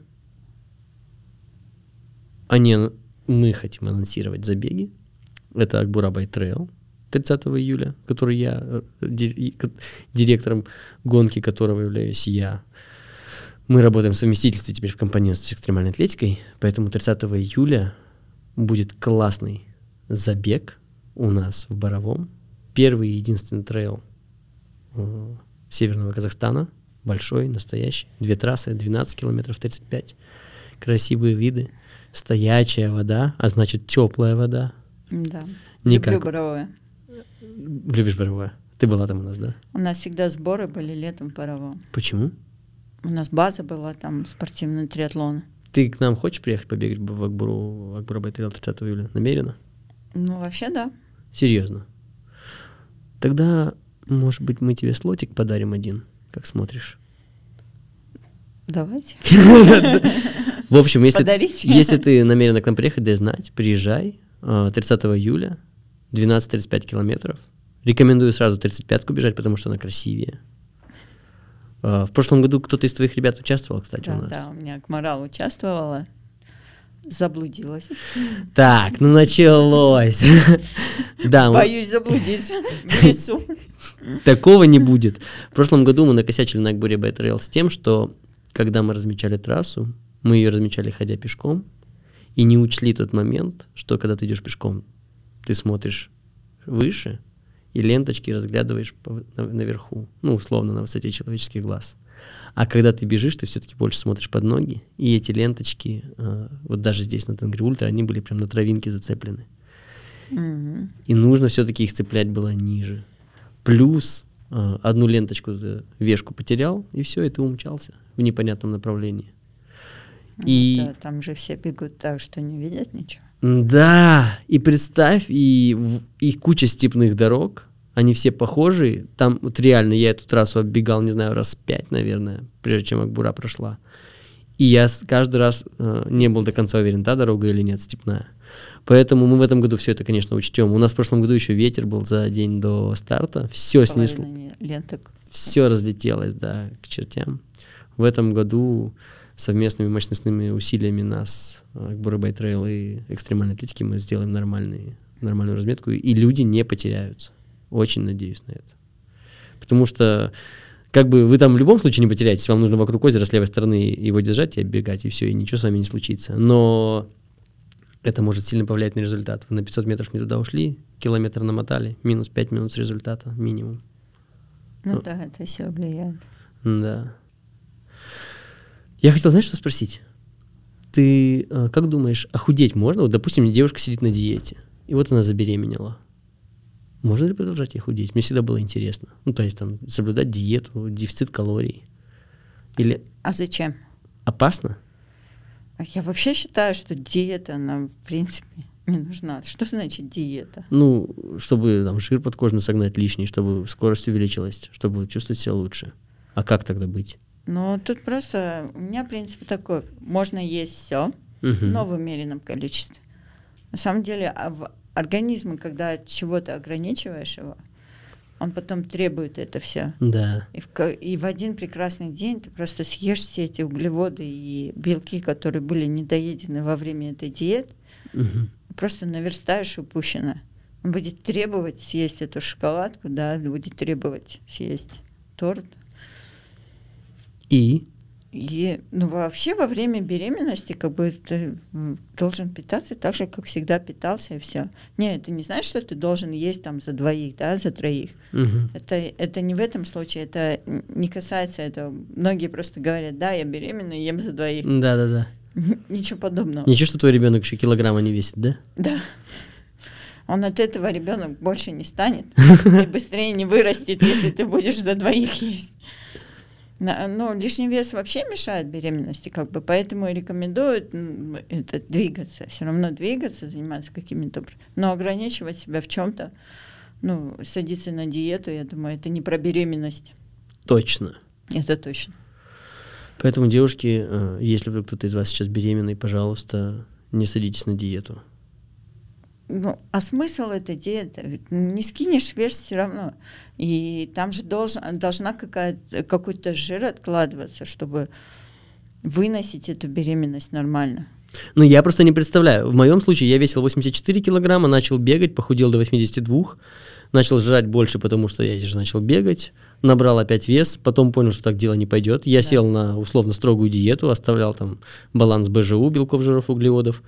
S1: они, мы хотим анонсировать забеги. Это Акбурабай трейл тридцатого июля, который я, директором гонки которого являюсь я. Мы работаем в совместительстве теперь в компании с экстремальной атлетикой, поэтому тридцатого июля будет классный забег у нас в Боровом. Первый и единственный трейл э, Северного Казахстана. Большой, настоящий. Две трассы, двенадцать километров, тридцать пять. Красивые виды. Стоячая вода, а значит теплая вода.
S2: Да.
S1: Не
S2: Люблю
S1: как-
S2: Боровое.
S1: Любишь Боровое? Ты была там у нас, да?
S2: У нас всегда сборы были летом в Боровом.
S1: Почему?
S2: У нас база была там, спортивный триатлон.
S1: Ты к нам хочешь приехать побегать в Акбуру, в Акбура Байтрейл тридцатого июля? Намеренно?
S2: Ну, вообще, да.
S1: Серьезно? Тогда, может быть, мы тебе слотик подарим один, как смотришь?
S2: Давайте.
S1: В общем, если,
S2: Подарите.
S1: если ты намерена к нам приехать, дай знать, приезжай э, тридцатого июля, двенадцать тридцать пять километров. Рекомендую сразу тридцать пятку бежать, потому что она красивее. Э, в прошлом году кто-то из твоих ребят участвовал, кстати,
S2: Да,
S1: у нас.
S2: да, у меня Акмарал участвовала, заблудилась.
S1: Так, ну началось. Да, мы-
S2: Боюсь заблудиться в лесу.
S1: такого не будет. В прошлом году мы накосячили на Акбуре Байтрейл с тем, что когда мы размечали трассу, мы ее размечали, ходя пешком, и не учли тот момент, что когда ты идешь пешком, ты смотришь выше и ленточки разглядываешь по- на- наверху, ну, условно, на высоте человеческих глаз. А когда ты бежишь, ты все-таки больше смотришь под ноги, и эти ленточки, э, вот даже здесь на Тенгри Ультра, они были прям на травинке зацеплены.
S2: Мгм.
S1: И нужно все-таки их цеплять было ниже. Плюс э, одну ленточку, ты вешку потерял, и все, и ты умчался в непонятном направлении. И
S2: Да, там же все бегут так, что не видят ничего.
S1: да, и представь, и, в- и куча степных дорог, они все похожие. Там вот реально я эту трассу оббегал, не знаю, раз пять, наверное, прежде чем Акбура прошла. И я с- каждый раз э, не был до конца уверен, та дорога или нет, степная. Поэтому мы в этом году все это, конечно, учтем. У нас в прошлом году еще ветер был за день до старта. Все снесло,
S2: Половина не- ленток.
S1: все разлетелось, да, к чертям. В этом году совместными мощностными усилиями нас, Акбура Байтрейл и экстремальной атлетики, мы сделаем нормальный, нормальную разметку, и люди не потеряются. Очень надеюсь на это. Потому что как бы вы там в любом случае не потеряетесь, вам нужно вокруг озера с левой стороны его держать и оббегать, и все, и ничего с вами не случится. Но это может сильно повлиять на результат. Вы на пятьсот метров не туда ушли, километр намотали, минус пять минут с результата минимум.
S2: Ну
S1: Ну.
S2: да, это все влияет.
S1: Да. Я хотел, знаешь, что спросить? Ты э, как думаешь, охудеть можно? Вот, допустим, девушка сидит на диете, и вот она забеременела. Можно ли продолжать ей худеть? Мне всегда было интересно. Ну, то есть там соблюдать диету, дефицит калорий. Или
S2: А зачем?
S1: опасно?
S2: Я вообще считаю, что диета, она в принципе не нужна. Что значит диета?
S1: Ну, чтобы там жир подкожно согнать лишний, чтобы скорость увеличилась, чтобы чувствовать себя лучше. А как тогда быть?
S2: Ну, тут просто у меня принцип такой. Можно есть все,
S1: Мгм.
S2: но в умеренном количестве. На самом деле, а в организме, когда от чего-то ограничиваешь его, он потом требует это все.
S1: Да.
S2: И в, ка- и в один прекрасный день ты просто съешь все эти углеводы и белки, которые были недоедены во время этой диеты,
S1: Мгм.
S2: просто наверстаешь упущенное. Он будет требовать съесть эту шоколадку, да, будет требовать съесть торт.
S1: И?
S2: И, ну, вообще во время беременности как бы ты м, должен питаться так же, как всегда питался, и все. Нет, ты не знаешь, что ты должен есть там за двоих, да, за троих.
S1: Мгм.
S2: Это, это не в этом случае, это н- не касается этого. Многие просто говорят, да, я беременна, ем за двоих.
S1: Да-да-да.
S2: Ничего подобного.
S1: Ничего, что твой ребенок еще килограмма не весит, да?
S2: Да. Он от этого ребенок больше не станет и быстрее не вырастет, если ты будешь за двоих есть. На- Ну, лишний вес вообще мешает беременности, как бы, поэтому и рекомендуют м, это двигаться, все равно двигаться, заниматься какими-то, пр- но ограничивать себя в чем-то, ну, садиться на диету, я думаю, это не про беременность,
S1: Точно.
S2: это точно.
S1: Поэтому, девушки, э, если вдруг кто-то из вас сейчас беременный, пожалуйста, не садитесь на диету.
S2: Ну, а смысл этой диеты? Ведь не скинешь вес все равно. И там же должен, должна какая-то, какой-то жир откладываться, чтобы выносить эту беременность нормально.
S1: Ну, я просто не представляю. В моем случае я весил восемьдесят четыре килограмма, начал бегать, похудел до восьмидесяти двух, начал жрать больше, потому что я же начал бегать, набрал опять вес, потом понял, что так дело не пойдет. Я
S2: Да.
S1: сел на условно строгую диету, оставлял там баланс бэ жэ у, белков, жиров, углеводов.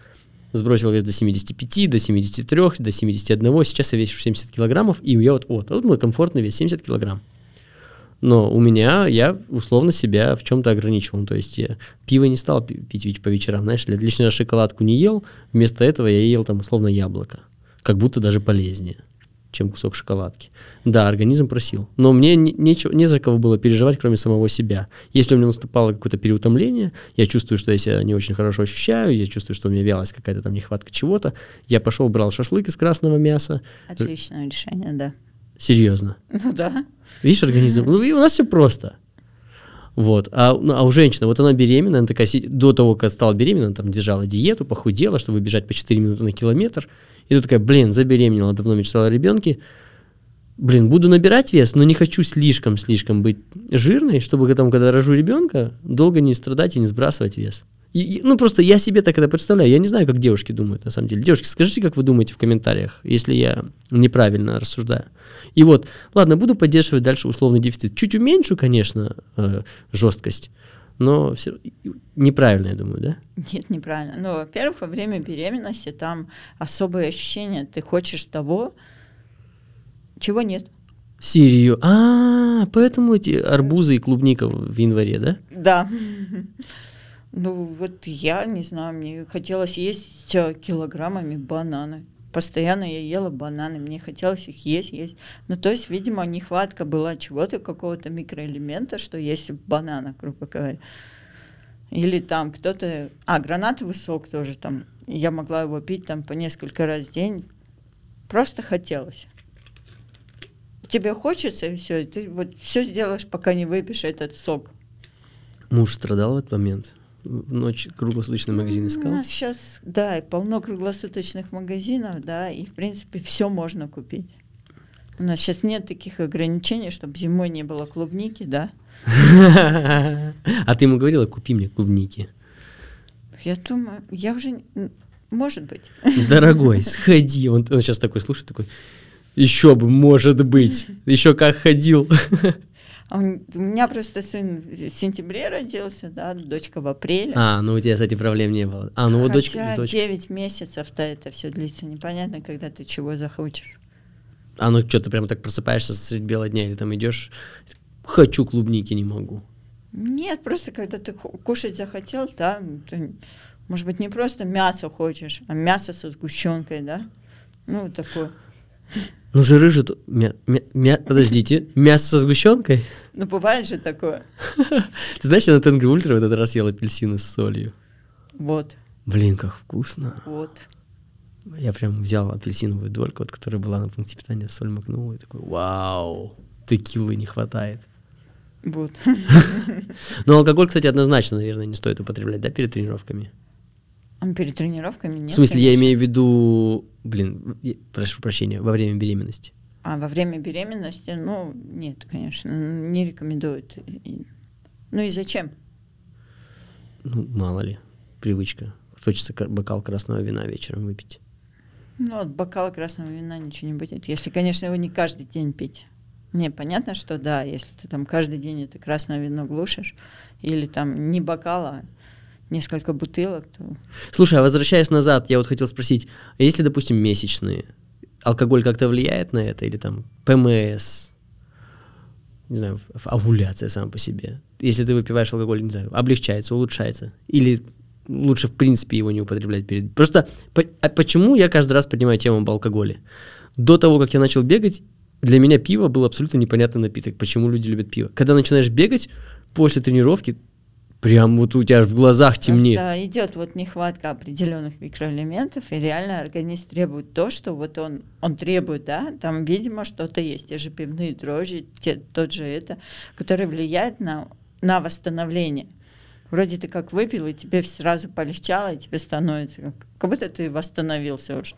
S1: сбросил вес до семьдесят пять, до семьдесят три, до семьдесят один, сейчас я вешу семьдесят килограммов, и я вот, вот, вот мой комфортный вес, семьдесят килограмм. Но у меня, я условно себя в чем-то ограничивал. То есть я пиво не стал пить по вечерам, знаешь, лишний шоколадку не ел, вместо этого я ел там условно яблоко. Как будто даже полезнее, чем кусок шоколадки. Да, организм просил. Но мне не, нечего, не за кого было переживать, кроме самого себя. Если у меня наступало какое-то переутомление, я чувствую, что я себя не очень хорошо ощущаю, я чувствую, что у меня вялость, какая-то там нехватка чего-то, я пошел, брал шашлык из красного мяса.
S2: Отличное решение, да.
S1: Серьезно.
S2: Ну да.
S1: Видишь, организм. Ну, и у нас все просто. Вот. А, ну, а у женщины, вот она беременна, она такая, до того, как стала беременна, она там держала диету, похудела, чтобы бежать по четыре минуты на километр. И тут такая, блин, забеременела, давно мечтала о ребенке. Блин, буду набирать вес, но не хочу слишком-слишком быть жирной, чтобы потом, когда рожу ребенка, долго не страдать и не сбрасывать вес. И, и, ну, просто я себе так это представляю. Я не знаю, как девушки думают, на самом деле. Девушки, скажите, как вы думаете в комментариях, если я неправильно рассуждаю. И вот, ладно, буду поддерживать дальше условный дефицит. Чуть уменьшу, конечно, э, жесткость, но все неправильно, я думаю, да?
S2: Нет, неправильно. Ну, во-первых, во время беременности там особые ощущения. Ты хочешь того, чего нет.
S1: Серию. А, поэтому эти арбузы и клубника в январе, да?
S2: Да. Ну, вот я, не знаю, мне хотелось есть килограммами бананы. Постоянно я ела бананы, мне хотелось их есть, есть. Ну, то есть, видимо, нехватка была чего-то, какого-то микроэлемента, что есть в бананах, грубо говоря. Или там кто-то... А, гранатовый сок тоже там. Я могла его пить там по несколько раз в день. Просто хотелось. Тебе хочется, и все. И ты вот все сделаешь, пока не выпьешь этот сок.
S1: Муж страдал в этот момент? В ночь круглосуточный магазин искал?
S2: У нас сейчас, да, и полно круглосуточных магазинов, да, и, в принципе, все можно купить. У нас сейчас нет таких ограничений, чтобы зимой не было клубники, да.
S1: А ты ему говорила, купи мне клубники?
S2: Я думаю, я уже... Может быть.
S1: Дорогой, сходи. Он, он сейчас такой слушает, такой, еще бы, может быть. Еще как ходил.
S2: У меня просто сын в сентябре родился, да, дочка в апреле.
S1: А, ну у тебя, кстати, проблем не было. А, ну вот дочка...
S2: Хотя девять месяцев-то это все длится. Непонятно, когда ты чего захочешь.
S1: А ну что, ты прямо так просыпаешься средь бела дня или там идешь, хочу клубники, не могу.
S2: Нет, просто когда ты кушать захотел, да, ты, может быть, не просто мясо хочешь, а мясо со сгущенкой, да, ну, вот такое.
S1: Ну, жиры же... Мя, мя, мя, подождите, мясо со сгущенкой?
S2: Ну, бывает же такое.
S1: Ты знаешь, я на Тенгри Ультра в этот раз ел апельсины с солью.
S2: Вот.
S1: Блин, как вкусно.
S2: Вот.
S1: Я прям взял апельсиновую дольку, вот, которая была на пункте питания, соль макнул, и такой, вау, текилы не хватает.
S2: Вот.
S1: Но алкоголь, кстати, однозначно, наверное, не стоит употреблять, да, перед тренировками?
S2: Перед тренировками нет.
S1: В смысле,
S2: конечно.
S1: я имею в виду, блин, прошу прощения, во время беременности.
S2: А во время беременности, ну, нет, конечно, не рекомендуют. Ну и зачем?
S1: Ну, мало ли, привычка. Хочется бокал красного вина вечером выпить.
S2: Ну, от бокала красного вина ничего не будет. Если, конечно, его не каждый день пить. Не, понятно, что да, если ты там каждый день это красное вино глушишь, или там не бокала, несколько бутылок, то...
S1: Слушай, а возвращаясь назад, я вот хотел спросить, а если, допустим, месячные, алкоголь как-то влияет на это? Или там ПМС, не знаю, овуляция сама по себе? Если ты выпиваешь алкоголь, не знаю, облегчается, улучшается? Или лучше, в принципе, его не употреблять перед... Просто по... а почему я каждый раз поднимаю тему об алкоголе? До того, как я начал бегать, для меня пиво был абсолютно непонятный напиток. Почему люди любят пиво? Когда начинаешь бегать, после тренировки, прям вот у тебя в глазах темнеет.
S2: Просто идет вот нехватка определенных микроэлементов, и реально организм требует то, что вот он, он требует, да, там, видимо, что-то есть, те же пивные дрожжи, те, тот же это, который влияет на, на восстановление. Вроде ты как выпил, и тебе сразу полегчало, и тебе становится, как, как будто ты восстановился уже.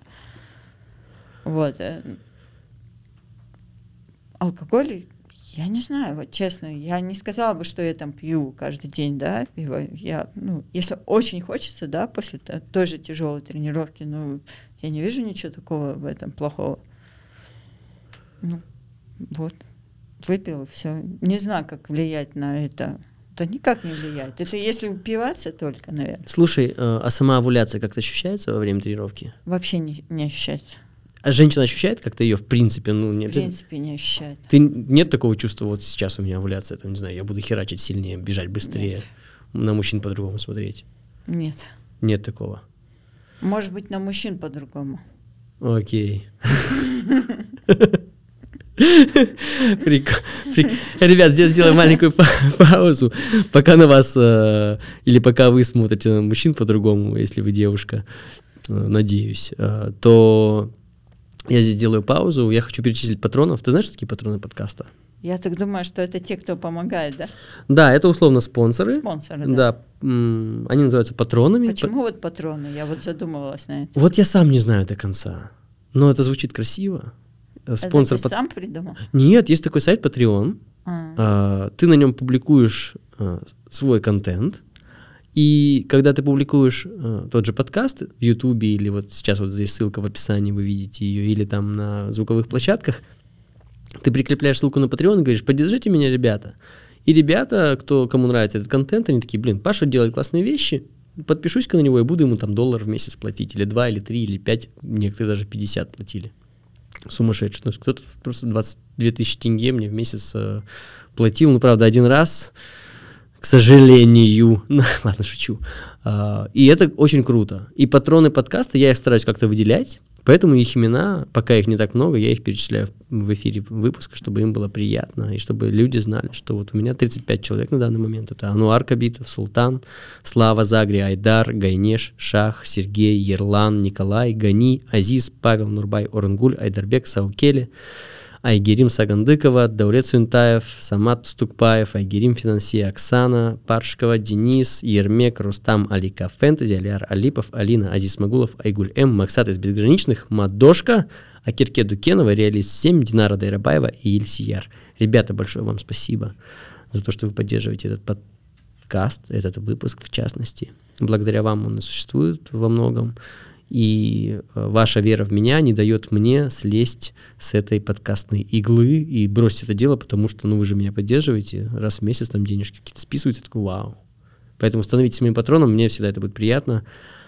S2: Вот. Алкоголь, я не знаю, вот честно, я не сказала бы, что я там пью каждый день, да, пиво. Я, ну, если очень хочется, да, после той же тяжелой тренировки, ну, я не вижу ничего такого в этом плохого. Ну, вот, выпил, все. Не знаю, как влиять на это Это никак не влияет. Это если упиваться только, наверное.
S1: Слушай, а сама овуляция как-то ощущается во время тренировки?
S2: Вообще не, не ощущается.
S1: А женщина ощущает как-то ее в принципе? Ну, не
S2: в принципе не ощущает.
S1: Ты нет такого чувства, вот сейчас у меня овуляция, там, не знаю, я буду херачить сильнее, бежать быстрее, нет. На мужчин по-другому смотреть?
S2: Нет.
S1: Нет такого?
S2: Может быть, на мужчин по-другому.
S1: Окей. Фрик, фрик. Ребят, здесь сделаем маленькую па- паузу, пока на вас, э, или пока вы смотрите на мужчин по-другому, если вы девушка, э, надеюсь, э, то я здесь делаю паузу, я хочу перечислить патронов. Ты знаешь, что такие патроны подкаста?
S2: Я так думаю, что это те, кто помогает, да?
S1: Да, это условно спонсоры.
S2: Спонсоры, да.
S1: Да, м- они называются патронами.
S2: Почему По- вот патроны? Я вот задумывалась на это.
S1: Вот я сам не знаю до конца, но это звучит красиво. Спонсор
S2: это ты
S1: пат...
S2: сам придумал?
S1: Нет, есть такой сайт Patreon.
S2: А.
S1: А, ты на нем публикуешь а, свой контент, и когда ты публикуешь а, тот же подкаст в Ютубе, или вот сейчас вот здесь ссылка в описании, вы видите ее, или там на звуковых площадках, ты прикрепляешь ссылку на Patreon и говоришь: поддержите меня, ребята. И ребята, кто, кому нравится этот контент, они такие: блин, Паша делает классные вещи, подпишусь-ка на него и буду ему там доллар в месяц платить, или два, или три, или пять, некоторые даже пятьдесят платили. Сумасшедший. Ну, кто-то просто двадцать две тысячи тенге мне в месяц э, платил. Ну, правда, один раз, к сожалению. Ладно, шучу. А, и это очень круто. И патроны подкаста, я их стараюсь как-то выделять, поэтому их имена, пока их не так много, я их перечисляю в эфире выпуска, чтобы им было приятно, и чтобы люди знали, что вот у меня тридцать пять человек на данный момент. Это Ануар Кабитов, Султан, Слава, Загри, Айдар, Гайнеш, Шах, Сергей, Ерлан, Николай, Гани, Азиз, Павел, Нурбай, Орангуль, Айдарбек, Саукели, Айгерим Сагандыкова, Даулет Сунтаев, Самат Стукпаев, Айгерим Финансия, Оксана Паршкова, Денис, Ермек, Рустам, Алика Фэнтези, Алиар Алипов, Алина, Азиз Магулов, Айгуль М, Максат из Безграничных, Мадошка, Акирке Дукенова, Реалист семь, Динара Дайрабаева и Ильсияр. Ребята, большое вам спасибо за то, что вы поддерживаете этот подкаст, этот выпуск в частности. Благодаря вам он и существует во многом. И ваша вера в меня не дает мне слезть с этой подкастной иглы и бросить это дело, потому что, ну, вы же меня поддерживаете, раз в месяц там денежки какие-то списываются, я такой: вау. Поэтому становитесь моим патроном, мне всегда это будет приятно.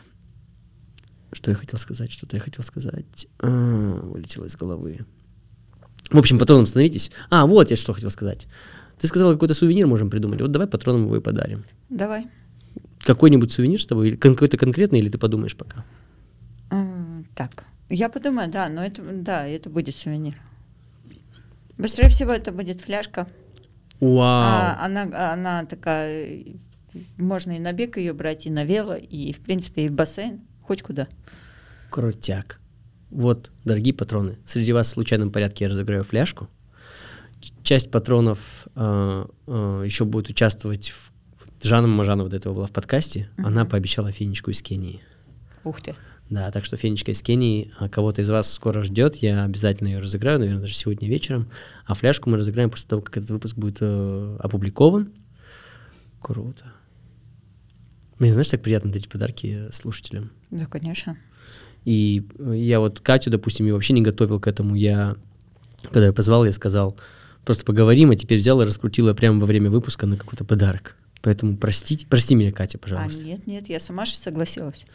S1: Что я хотел сказать, что-то я хотел сказать, а, вылетело из головы. В общем, патроном становитесь. А, вот я что хотел сказать. Ты сказала, какой-то сувенир можем придумать. Вот давай патронам его и подарим.
S2: Давай.
S1: Какой-нибудь сувенир с тобой? Или какой-то конкретный, или ты подумаешь пока?
S2: Так, я подумаю, да, но это, да, это будет сувенир. Быстрее всего это будет фляжка.
S1: Вау.
S2: А, она, она такая, можно и на бег ее брать, и на вело, и в принципе и в бассейн, хоть куда.
S1: Крутяк. Вот, дорогие патроны, среди вас в случайном порядке я разыграю фляжку. Часть патронов э, э, еще будет участвовать в... Жанна Мажанова до этого была в подкасте. Uh-huh. Она пообещала фенечку из Кении.
S2: Ух ты.
S1: Да, так что фенечка из Кении кого-то из вас скоро ждет. Я обязательно ее разыграю, наверное, даже сегодня вечером. А фляжку мы разыграем после того, как этот выпуск будет э, опубликован. Круто. Мне, знаешь, так приятно дарить подарки слушателям.
S2: Да, конечно.
S1: И я вот Катю, допустим, я вообще не готовил к этому. Я, когда я позвал, я сказал: просто поговорим, а теперь взял и раскрутил ее прямо во время выпуска на какой-то подарок. Поэтому простите, прости меня, Катя, пожалуйста.
S2: А нет, нет, я сама же согласилась.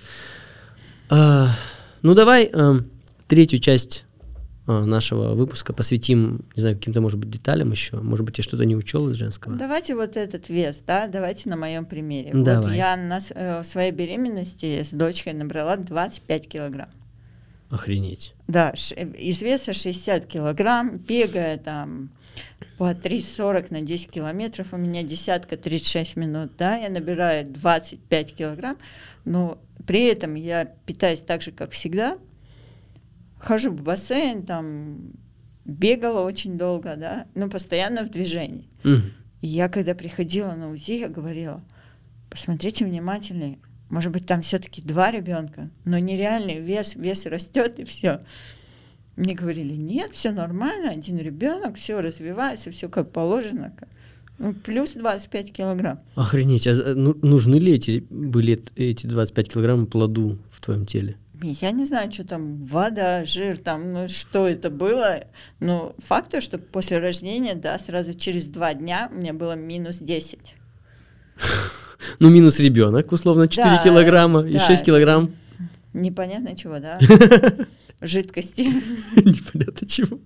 S1: А, ну давай а, третью часть а, нашего выпуска посвятим, не знаю, каким-то, может быть, деталям еще. Может быть, я что-то не учел из женского.
S2: Давайте вот этот вес, да, давайте на моем примере.
S1: Давай.
S2: Вот я на, в своей беременности с дочкой набрала двадцать пять килограмм.
S1: Охренеть.
S2: Да, ш, из веса шестьдесят килограмм, бегая там по три сорок на десять километров, у меня десятка тридцать шесть минут, да, я набираю двадцать пять килограмм, но при этом я питаюсь так же, как всегда, хожу в бассейн, там, бегала очень долго, да, но постоянно в движении.
S1: Mm.
S2: И я, когда приходила на УЗИ, я говорила: посмотрите внимательнее, может быть, там все-таки два ребенка, но нереальный вес, вес растет и все. Мне говорили: нет, все нормально, один ребенок, все развивается, все как положено. Ну, плюс двадцать пять килограмм.
S1: Охренеть, а ну, нужны ли эти, были эти двадцать пять килограмм плоду в твоем теле?
S2: Я не знаю, что там, вода, жир, там, ну, что это было. Но факт то, что после рождения, да, сразу через два дня у меня было минус десять.
S1: Ну, минус ребенок, условно, четыре
S2: Да,
S1: килограмма и
S2: да.
S1: шесть килограмм.
S2: Непонятно чего, да? Жидкости.
S1: Непонятно чего.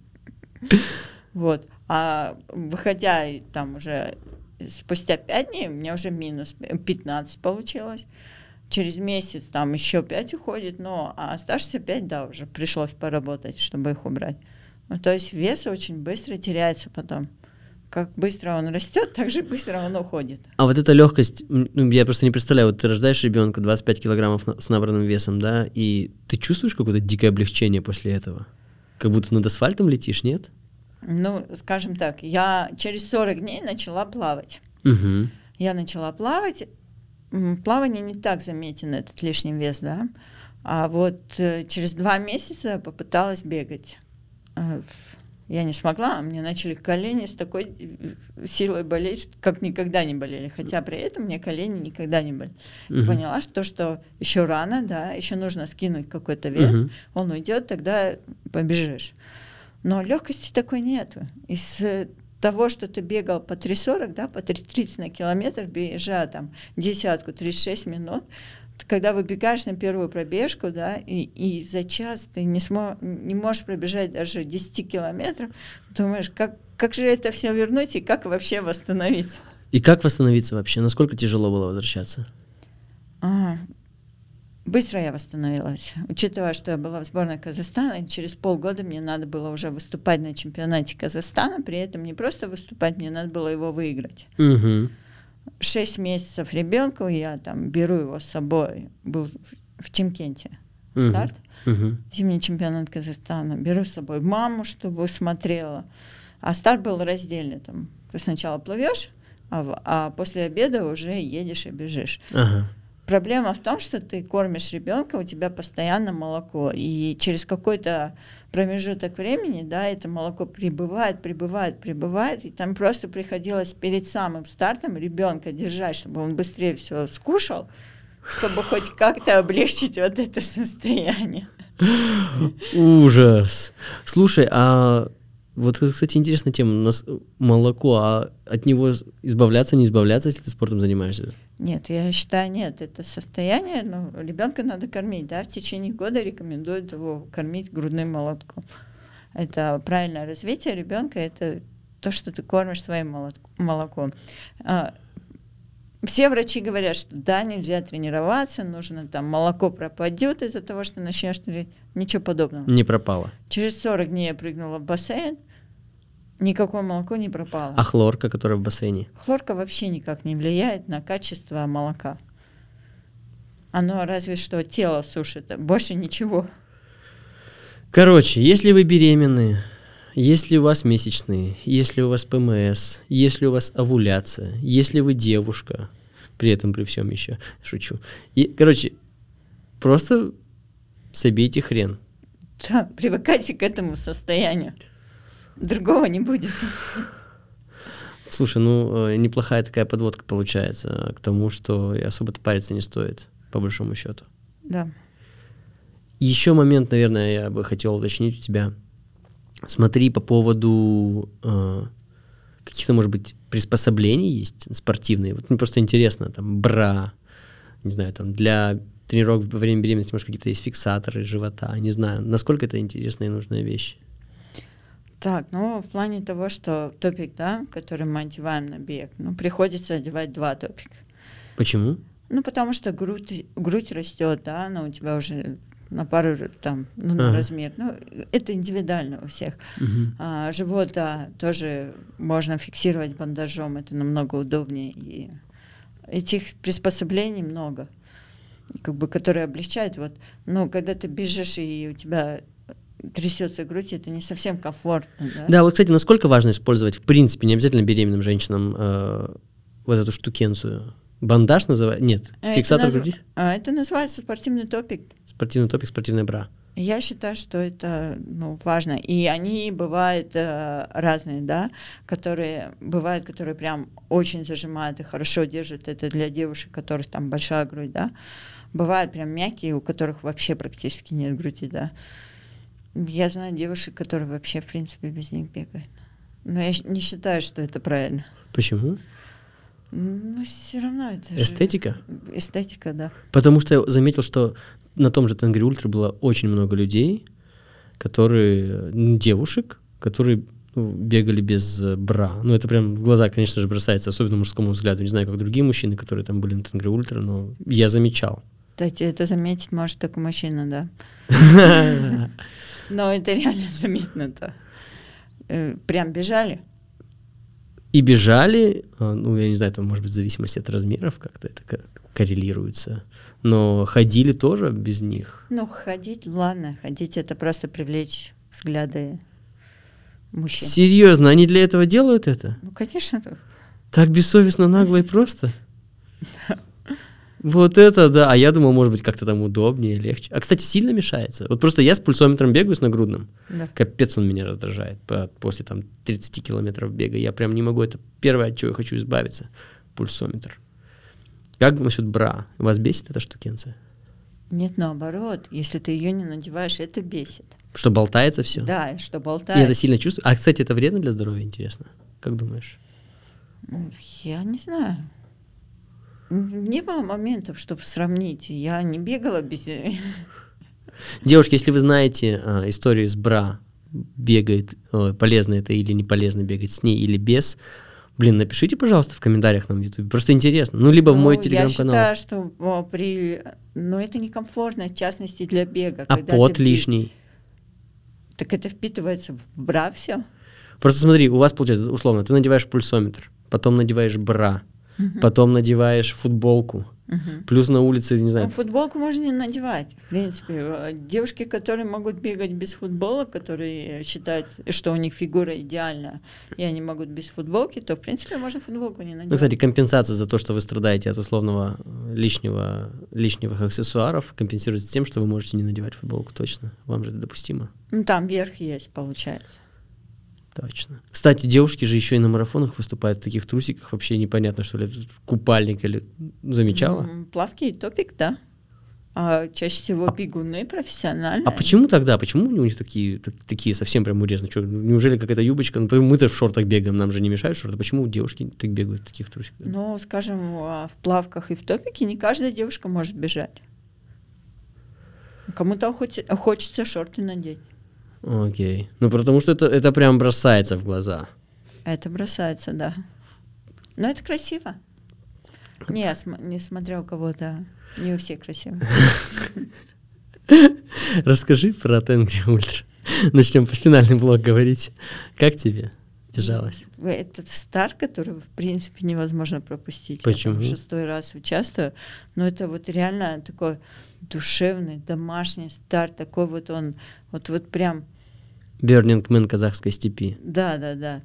S2: Вот. А выходя и там уже спустя пять дней, у меня уже минус пятнадцать получилось. Через месяц там еще пять уходит, но а оставшиеся пять, да, уже пришлось поработать, чтобы их убрать. Ну, то есть вес очень быстро теряется потом. Как быстро он растет, так же быстро он уходит.
S1: А вот эта легкость, ну, я просто не представляю, вот ты рождаешь ребенка двадцать пять килограммов на, с набранным весом, да, и ты чувствуешь какое-то дикое облегчение после этого? Как будто над асфальтом летишь, нет?
S2: Ну, скажем так, я через сорок дней начала плавать.
S1: Угу.
S2: Я начала плавать. Плавание не так заметен, этот лишний вес, да. А вот э, через два месяца попыталась бегать. Э, я не смогла, мне начали колени с такой силой болеть, как никогда не болели. Хотя при этом мне колени никогда не болели.
S1: Угу.
S2: Поняла, что, что еще рано, да, еще нужно скинуть какой-то вес,
S1: Угу.
S2: он уйдет, тогда побежишь. Но легкости такой нету. Из того, что ты бегал по три сорок, да, по три тридцать на километр, бежа там десятку, тридцать шесть минут, когда выбегаешь на первую пробежку, да, и, и за час ты не, смо, не можешь пробежать даже десять километров, думаешь, как, как же это все вернуть и как вообще восстановиться?
S1: И как восстановиться вообще? Насколько тяжело было возвращаться?
S2: А, быстро я восстановилась. Учитывая, что я была в сборной Казахстана, через полгода мне надо было уже выступать на чемпионате Казахстана, при этом не просто выступать, мне надо было его выиграть.
S1: Угу.
S2: Шесть месяцев ребенку, я там беру его с собой, был в, в Чимкенте старт,
S1: угу.
S2: зимний чемпионат Казахстана, беру с собой маму, чтобы смотрела, а старт был раздельный, там, ты сначала плывешь, а, в, а после обеда уже едешь и бежишь.
S1: Ага.
S2: Проблема в том, что ты кормишь ребенка, у тебя постоянно молоко, и через какой-то промежуток времени, да, это молоко прибывает, прибывает, прибывает, и там просто приходилось перед самым стартом ребенка держать, чтобы он быстрее все скушал, чтобы хоть как-то облегчить вот это состояние.
S1: Ужас. Слушай, а вот, кстати, интересная тема. Молоко, а от него избавляться, не избавляться, если ты спортом занимаешься?
S2: Нет, я считаю, нет, это состояние, но ребенка надо кормить, да, в течение года рекомендуют его кормить грудным молоком. Это правильное развитие ребенка, это то, что ты кормишь своим молоком. Все врачи говорят, что да, нельзя тренироваться, нужно там, молоко пропадет из-за того, что начнешь тренировать. Ничего подобного.
S1: Не пропало.
S2: Через сорок дней я прыгнула в бассейн, никакое молоко не пропало.
S1: А хлорка, которая в бассейне?
S2: Хлорка вообще никак не влияет на качество молока. Оно разве что тело сушит, больше ничего.
S1: Короче, если вы беременны, если у вас месячные, если у вас ПМС, если у вас овуляция, если вы девушка, при этом при всем еще, шучу. И, короче, просто собейте хрен.
S2: Да, привыкайте к этому состоянию. Другого не будет.
S1: Слушай, ну, неплохая такая подводка получается к тому, что особо-то париться не стоит, по большому счету.
S2: Да.
S1: Еще момент, наверное, я бы хотел уточнить у тебя. Смотри, по поводу э, каких-то, может быть, приспособлений есть спортивные. Вот мне просто интересно, там, бра, не знаю, там, для тренировок во время беременности, может, какие-то есть фиксаторы живота, не знаю. Насколько это интересная и нужная вещь?
S2: Так, ну, в плане того, что топик, да, который мы одеваем на бег, ну, приходится одевать два топика.
S1: Почему?
S2: Ну, потому что грудь, грудь растет, да, она у тебя уже на пару, там, ну, на
S1: ага.
S2: размер. Ну, это индивидуально у всех.
S1: Угу.
S2: А, живот, да, тоже можно фиксировать бандажом, это намного удобнее. И этих приспособлений много, как бы, которые облегчают. Вот, ну, когда ты бежишь, и у тебя трясется грудь, это не совсем комфортно. Да,
S1: да, вот, кстати, насколько важно использовать, в принципе, не обязательно беременным женщинам, э, вот эту штукенцию? Бандаж называется? Нет,
S2: а
S1: фиксатор
S2: это наз...
S1: груди?
S2: А, это называется спортивный топик.
S1: Спортивный топик, спортивная бра.
S2: Я считаю, что это, ну, важно. И они бывают э, разные, да, которые бывают, которые прям очень зажимают и хорошо держат. Это для девушек, у которых там большая грудь, да. Бывают прям мягкие, у которых вообще практически нет груди, да. Я знаю девушек, которые вообще, в принципе, без них бегают. Но я не считаю, что это правильно.
S1: Почему?
S2: Ну, все равно это
S1: Эстетика?
S2: Же... Эстетика, да.
S1: Потому что я заметил, что на том же Тенгри Ультра было очень много людей, которые, ну, девушек, которые ну, бегали без бра. Ну, это прям в глаза, конечно же, бросается, особенно мужскому взгляду. Не знаю, как другие мужчины, которые там были на Тенгри Ультра, но я замечал.
S2: Кстати, это заметить может только мужчина, да. Но это реально заметно-то. Прям бежали.
S1: И бежали, ну, я не знаю, там, может быть, в зависимости от размеров как-то это коррелируется, но ходили тоже без них.
S2: Ну, ходить, ладно, ходить — это просто привлечь взгляды мужчин.
S1: Серьезно, они для этого делают это?
S2: Ну, конечно.
S1: Так бессовестно, нагло и просто? Вот это да, а я думал, может быть, как-то там удобнее, легче. А, кстати, сильно мешается. Вот просто я с пульсометром бегаю, с нагрудным. Да. Капец он меня раздражает после там тридцати километров бега. Я прям не могу, это первое, от чего я хочу избавиться. Пульсометр. Как насчет бра? Вас бесит эта штукенция?
S2: Нет, наоборот. Если ты ее не надеваешь, это бесит.
S1: Что болтается все?
S2: Да, что болтается.
S1: И это сильно чувствую. А, кстати, это вредно для здоровья, интересно? Как думаешь?
S2: Я не знаю. Не было моментов, чтобы сравнить. Я не бегала без...
S1: Девушки, если вы знаете э, историю с бра, бегает, э, полезно это или не полезно бегать с ней или без, блин, напишите, пожалуйста, в комментариях нам в Ютубе. Просто интересно. Ну, либо ну, в мой телеграм-канал.
S2: Я считаю, что о, при... Но это некомфортно, в частности, для бега.
S1: А пот ты... лишний?
S2: Так это впитывается в бра все.
S1: Просто смотри, у вас получается, условно, ты надеваешь пульсометр, потом надеваешь бра, Uh-huh. потом надеваешь футболку, uh-huh. плюс на улице, не знаю.
S2: Ну, футболку можно не надевать, в принципе. Девушки, которые могут бегать без футболок, которые считают, что у них фигура идеальна, и они могут без футболки, то, в принципе, можно футболку не надевать.
S1: Ну, кстати, компенсация за то, что вы страдаете от условного лишнего, лишних аксессуаров, компенсируется тем, что вы можете не надевать футболку, точно. Вам же это допустимо.
S2: Ну, там верх есть, получается.
S1: Точно. Кстати, девушки же еще и на марафонах выступают в таких трусиках. Вообще непонятно, что ли, купальник или... Замечала?
S2: Плавки и топик, да. А чаще всего а, бегуны профессиональные.
S1: А почему тогда? Почему у них такие, так, такие совсем прям урезаны? Что, неужели какая-то юбочка? Ну, мы-то в шортах бегаем, нам же не мешают шорты. Почему девушки так бегают в таких трусиках?
S2: Ну, скажем, в плавках и в топике не каждая девушка может бежать. Кому-то хочется шорты надеть.
S1: Окей. Ну, потому что это, это прям бросается в глаза.
S2: Это бросается, да. Но это красиво. Не, я см- не смотрел у кого-то. Не у всех красиво.
S1: Расскажи про Тенгри Ультра. Начнем по финальный блок говорить. Как тебе держалась?
S2: Этот старт, который, в принципе, невозможно пропустить.
S1: Почему?
S2: Я там шестой раз участвую. Но это вот реально такой душевный, домашний старт. Такой вот он, вот, вот прям...
S1: Burning Man казахской степи.
S2: Да, да, да.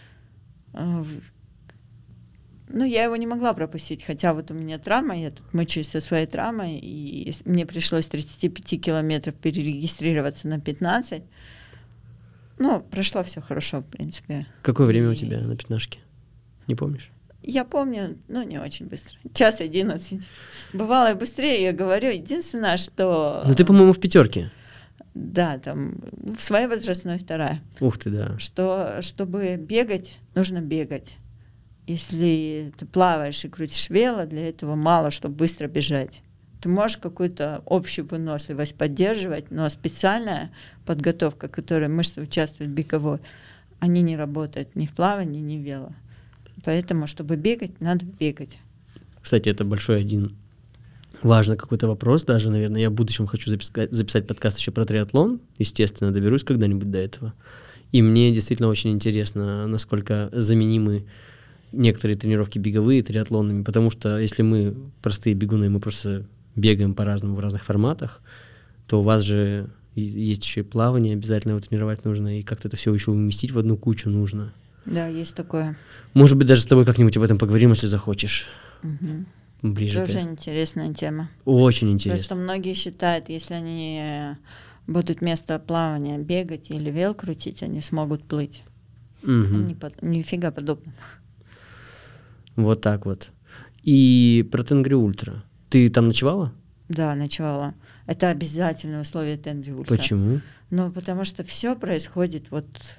S2: Ну, я его не могла пропустить, хотя вот у меня травма, я тут мучаюсь со своей травмой, и мне пришлось с тридцати пяти километров перерегистрироваться на пятнадцать. Ну, прошло все хорошо, в принципе.
S1: Какое время и... у тебя на пятнашке? Не помнишь?
S2: Я помню, но не очень быстро. Час одиннадцать. Бывало и быстрее, я говорю. Единственное, что...
S1: Ну, ты, по-моему, в пятерке.
S2: Да, там в своей возрастной вторая.
S1: Ух ты, да.
S2: Что, чтобы бегать, нужно бегать. Если ты плаваешь и крутишь вело, для этого мало, чтобы быстро бежать. Ты можешь какую-то общую выносливость поддерживать, но специальная подготовка, в которой мышцы участвуют в беговой, они не работают ни в плавании, ни в вело. Поэтому, чтобы бегать, надо бегать.
S1: Кстати, это большой один важный какой-то вопрос даже, наверное. Я в будущем хочу записать, записать подкаст еще про триатлон. Естественно, доберусь когда-нибудь до этого. И мне действительно очень интересно, насколько заменимы некоторые тренировки беговые триатлонными, потому что если мы простые бегуны, мы просто бегаем по-разному в разных форматах, то у вас же есть еще и плавание, обязательно его тренировать нужно, и как-то это все еще уместить в одну кучу нужно.
S2: Да, есть такое.
S1: Может быть, даже с тобой как-нибудь об этом поговорим, если захочешь.
S2: Угу.
S1: Ближе.
S2: Тоже интересная тема.
S1: Очень интересно.
S2: Просто многие считают, если они будут вместо плавания бегать или вел крутить, они смогут плыть.
S1: Угу.
S2: Не, нифига подобного.
S1: Вот так вот. И про Тенгри Ультра. Ты там ночевала?
S2: Да, ночевала. Это обязательное условие Тенгри Ультра.
S1: Почему?
S2: Ну, потому что все происходит вот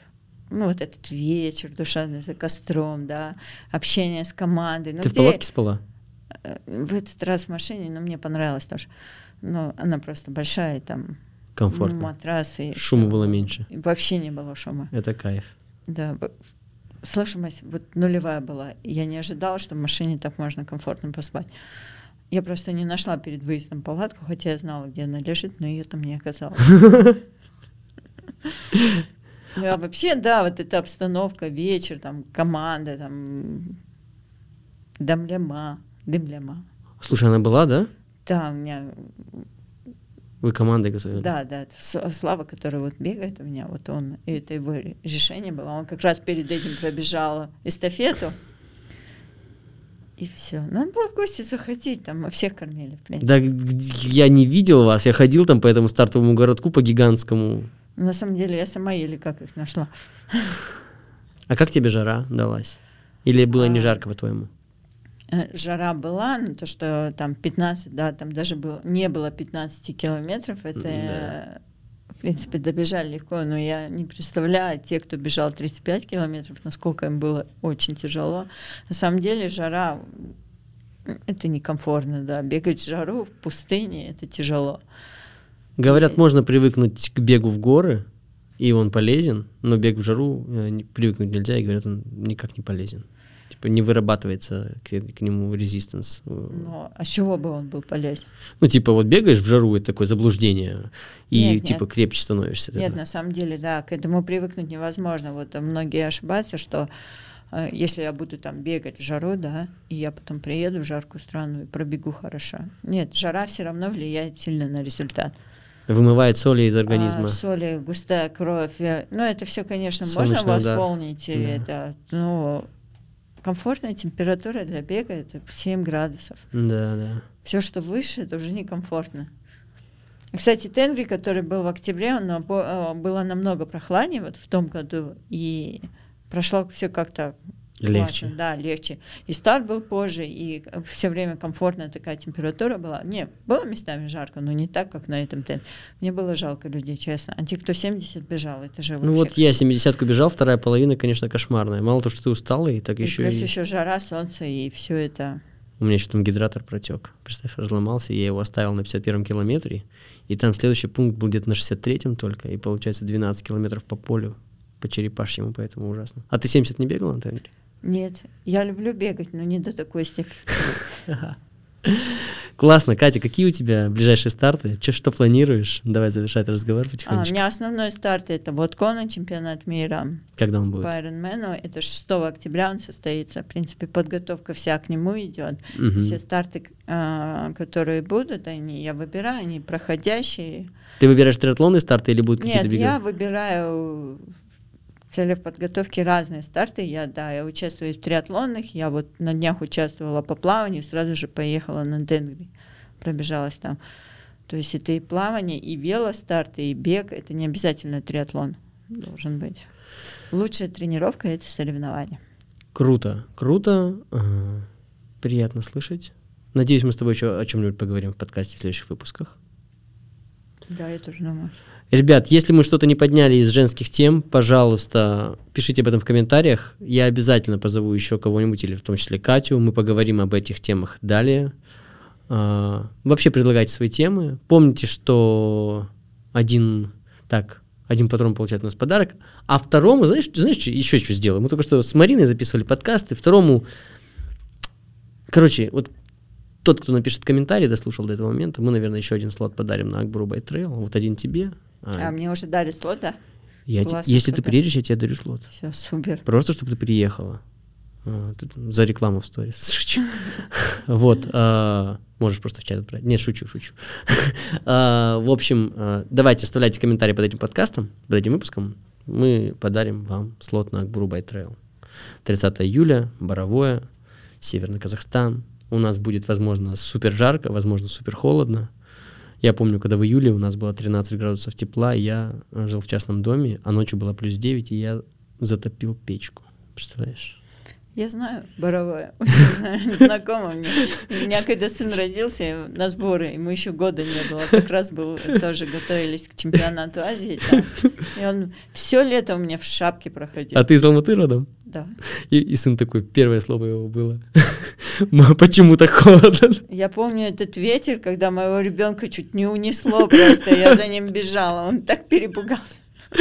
S2: ну, вот этот вечер душевный за костром, да, общение с командой. Ну,
S1: Ты
S2: где...
S1: в палатке спала?
S2: В этот раз в машине, но мне понравилось тоже. Но она просто большая, и там
S1: комфортно.
S2: Матрасы.
S1: Шума было меньше.
S2: Вообще не было шума.
S1: Это кайф.
S2: Да, слышимость вот нулевая была. Я не ожидала, что в машине так можно комфортно поспать. Я просто не нашла перед выездом палатку, хотя я знала, где она лежит, но ее там не оказалось. Ну, а вообще, да, вот эта обстановка, вечер, там, команда, там, дымляма, дымляма.
S1: Слушай, она была, да?
S2: Да, у меня...
S1: Вы командой готовили?
S2: Да, да, это Слава, который вот бегает у меня, вот он, и это его решение было. Он как раз перед этим пробежал эстафету, и все. Надо было в гости заходить, там мы всех кормили, в принципе.
S1: Да, я не видел вас, я ходил там по этому стартовому городку, по гигантскому.
S2: На самом деле я сама еле как их нашла.
S1: А как тебе жара далась? Или было не жарко, по-твоему?
S2: Жара была, но то, что там пятнадцать, да, там даже было, не было пятнадцать километров, это, да. В принципе, добежали легко, но я не представляю, те, кто бежал тридцать пять километров, насколько им было очень тяжело. На самом деле жара, это некомфортно, да, бегать в жару в пустыне, это тяжело.
S1: Говорят, можно привыкнуть к бегу в горы, и он полезен, но бег в жару привыкнуть нельзя, и говорят, он никак не полезен. Типа не вырабатывается к, к нему резистанс.
S2: Ну, а с чего бы он был полезен?
S1: Ну, типа, вот бегаешь в жару, это такое заблуждение, и
S2: нет,
S1: типа
S2: нет.
S1: крепче становишься.
S2: Нет, на самом деле, да, к этому привыкнуть невозможно. Вот многие ошибаются, что э, если я буду там бегать в жару, да, и я потом приеду в жаркую страну и пробегу хорошо. Нет, жара все равно влияет сильно на результат.
S1: Вымывает соли из организма.
S2: А, соли, густая кровь. Ну, это все, конечно,
S1: Солнечный
S2: можно
S1: удар.
S2: восполнить. Да. Это, ну, комфортная температура для бега — это семь градусов.
S1: Да, да.
S2: Все, что выше, это уже некомфортно. Кстати, Тенгри, который был в октябре, он было намного прохладнее вот в том году, и прошло все как-то
S1: легче.
S2: Классно, да, легче. И старт был позже, и все время комфортная такая температура была. Не, было местами жарко, но не так, как на этом темпе. Мне было жалко людей, честно. А те, кто семьдесят бежал, это же вообще...
S1: Ну вот кошмар. Я семидесятку бежал, вторая половина, конечно, кошмарная. Мало того, что ты усталый, так
S2: и
S1: еще
S2: плюс
S1: и...
S2: еще жара, солнце, и все это...
S1: У меня еще там гидратор протек. Представь, разломался, я его оставил на пятьдесят первом километре, и там следующий пункт был где-то на шестьдесят третьем только, и получается двенадцать километров по полю, по черепашьему, поэтому ужасно. А ты семьдесят не бегал на Тенгри?
S2: Нет, я люблю бегать, но не до такой степени.
S1: Классно. Катя, какие у тебя ближайшие старты? Че, что планируешь? Давай завершать разговор потихонечку.
S2: А, у меня основной старт — это вот Кона, чемпионат мира.
S1: Когда он будет?
S2: По Ironman. Это шестого октября он состоится. В принципе, подготовка вся к нему идет.
S1: Угу.
S2: Все старты, которые будут, они я выбираю, они проходящие.
S1: Ты выбираешь триатлонные старты или будут какие-то
S2: Нет,
S1: бега?
S2: я выбираю в целях подготовки разные старты. Я, да, я участвую в триатлонных. Я вот на днях участвовала по плаванию, сразу же поехала на Тенгри, пробежалась там. То есть это и плавание, и велостарты, и бег. Это не обязательно триатлон должен быть. Лучшая тренировка — это соревнования.
S1: Круто, круто. Ага. Приятно слышать. Надеюсь, мы с тобой еще о чем-нибудь поговорим в подкасте в следующих выпусках.
S2: Да, я тоже думаю.
S1: Ребят, если мы что-то не подняли из женских тем, пожалуйста, пишите об этом в комментариях. Я обязательно позову еще кого-нибудь, или в том числе Катю. Мы поговорим об этих темах далее. А, вообще предлагайте свои темы. Помните, что один, так, один патрон получает у нас подарок, а второму, знаешь, знаешь, еще что сделаем? Мы только что с Мариной записывали подкасты. Второму, короче, вот тот, кто напишет комментарий, дослушал до этого момента, мы, наверное, еще один слот подарим на Акбару Bike Trail. Вот один тебе.
S2: А, а мне уже дали слот, да?
S1: Я те, если супер. Ты приедешь, я тебе дарю слот.
S2: Все, супер.
S1: Просто, чтобы ты приехала. А, ты, за рекламу в сторис. Шучу. Вот. А, можешь просто в чат отправить. Нет, шучу, шучу. а, в общем, а, давайте оставляйте комментарии под этим подкастом, под этим выпуском. Мы подарим вам слот на Акбару Bike Trail. тридцатого июля, Боровое, Северный Казахстан. У нас будет, возможно, супер жарко, возможно, супер холодно. Я помню, когда в июле у нас было тринадцать градусов тепла, и я жил в частном доме, а ночью было плюс девять, и я затопил печку. Представляешь?
S2: Я знаю, Боровое, очень знакомо мне. У меня, когда сын родился на сборы, ему еще года не было, как раз был, тоже готовились к чемпионату Азии там, и он все лето у меня в шапке проходил.
S1: А ты из Алматы родом?
S2: Да.
S1: И, и сын такой, первое слово его было, почему так холодно?
S2: Я помню этот ветер, когда моего ребенка чуть не унесло просто, я за ним бежала, он так перепугался.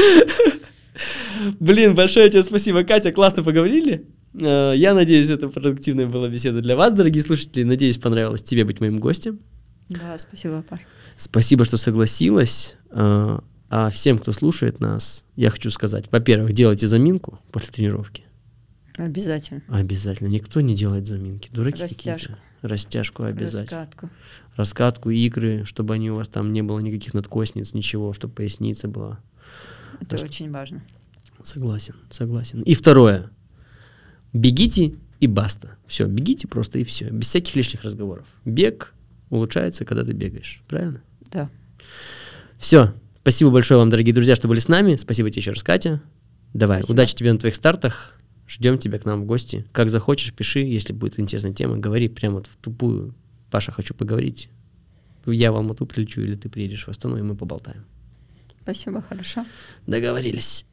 S1: Блин, большое тебе спасибо, Катя, классно поговорили. Я надеюсь, это продуктивная была беседа для вас, дорогие слушатели. Надеюсь, понравилось тебе быть моим гостем.
S2: Да, спасибо, Паш.
S1: Спасибо, что согласилась. А всем, кто слушает нас, я хочу сказать, во-первых, делайте заминку после тренировки.
S2: Обязательно.
S1: Обязательно. Никто не делает заминки. Дураки
S2: Растяжку.
S1: какие-то. Растяжку обязательно.
S2: Раскатку.
S1: Раскатку, икры, чтобы они у вас там не было никаких надкосниц, ничего, чтобы поясница была.
S2: Это
S1: Раз...
S2: очень важно.
S1: Согласен, согласен. И второе. Бегите и баста. Все, бегите просто и все. Без всяких лишних разговоров. Бег улучшается, когда ты бегаешь. Правильно?
S2: Да.
S1: Все. Спасибо большое вам, дорогие друзья, что были с нами. Спасибо тебе еще раз, Катя. Давай,
S2: Спасибо.
S1: Удачи тебе на твоих стартах. Ждем тебя к нам в гости. Как захочешь, пиши. Если будет интересная тема, говори прямо вот в тупую. Паша, хочу поговорить. Я в Алмату прилечу, или ты приедешь в Астану, и мы поболтаем.
S2: Спасибо, хорошо.
S1: Договорились.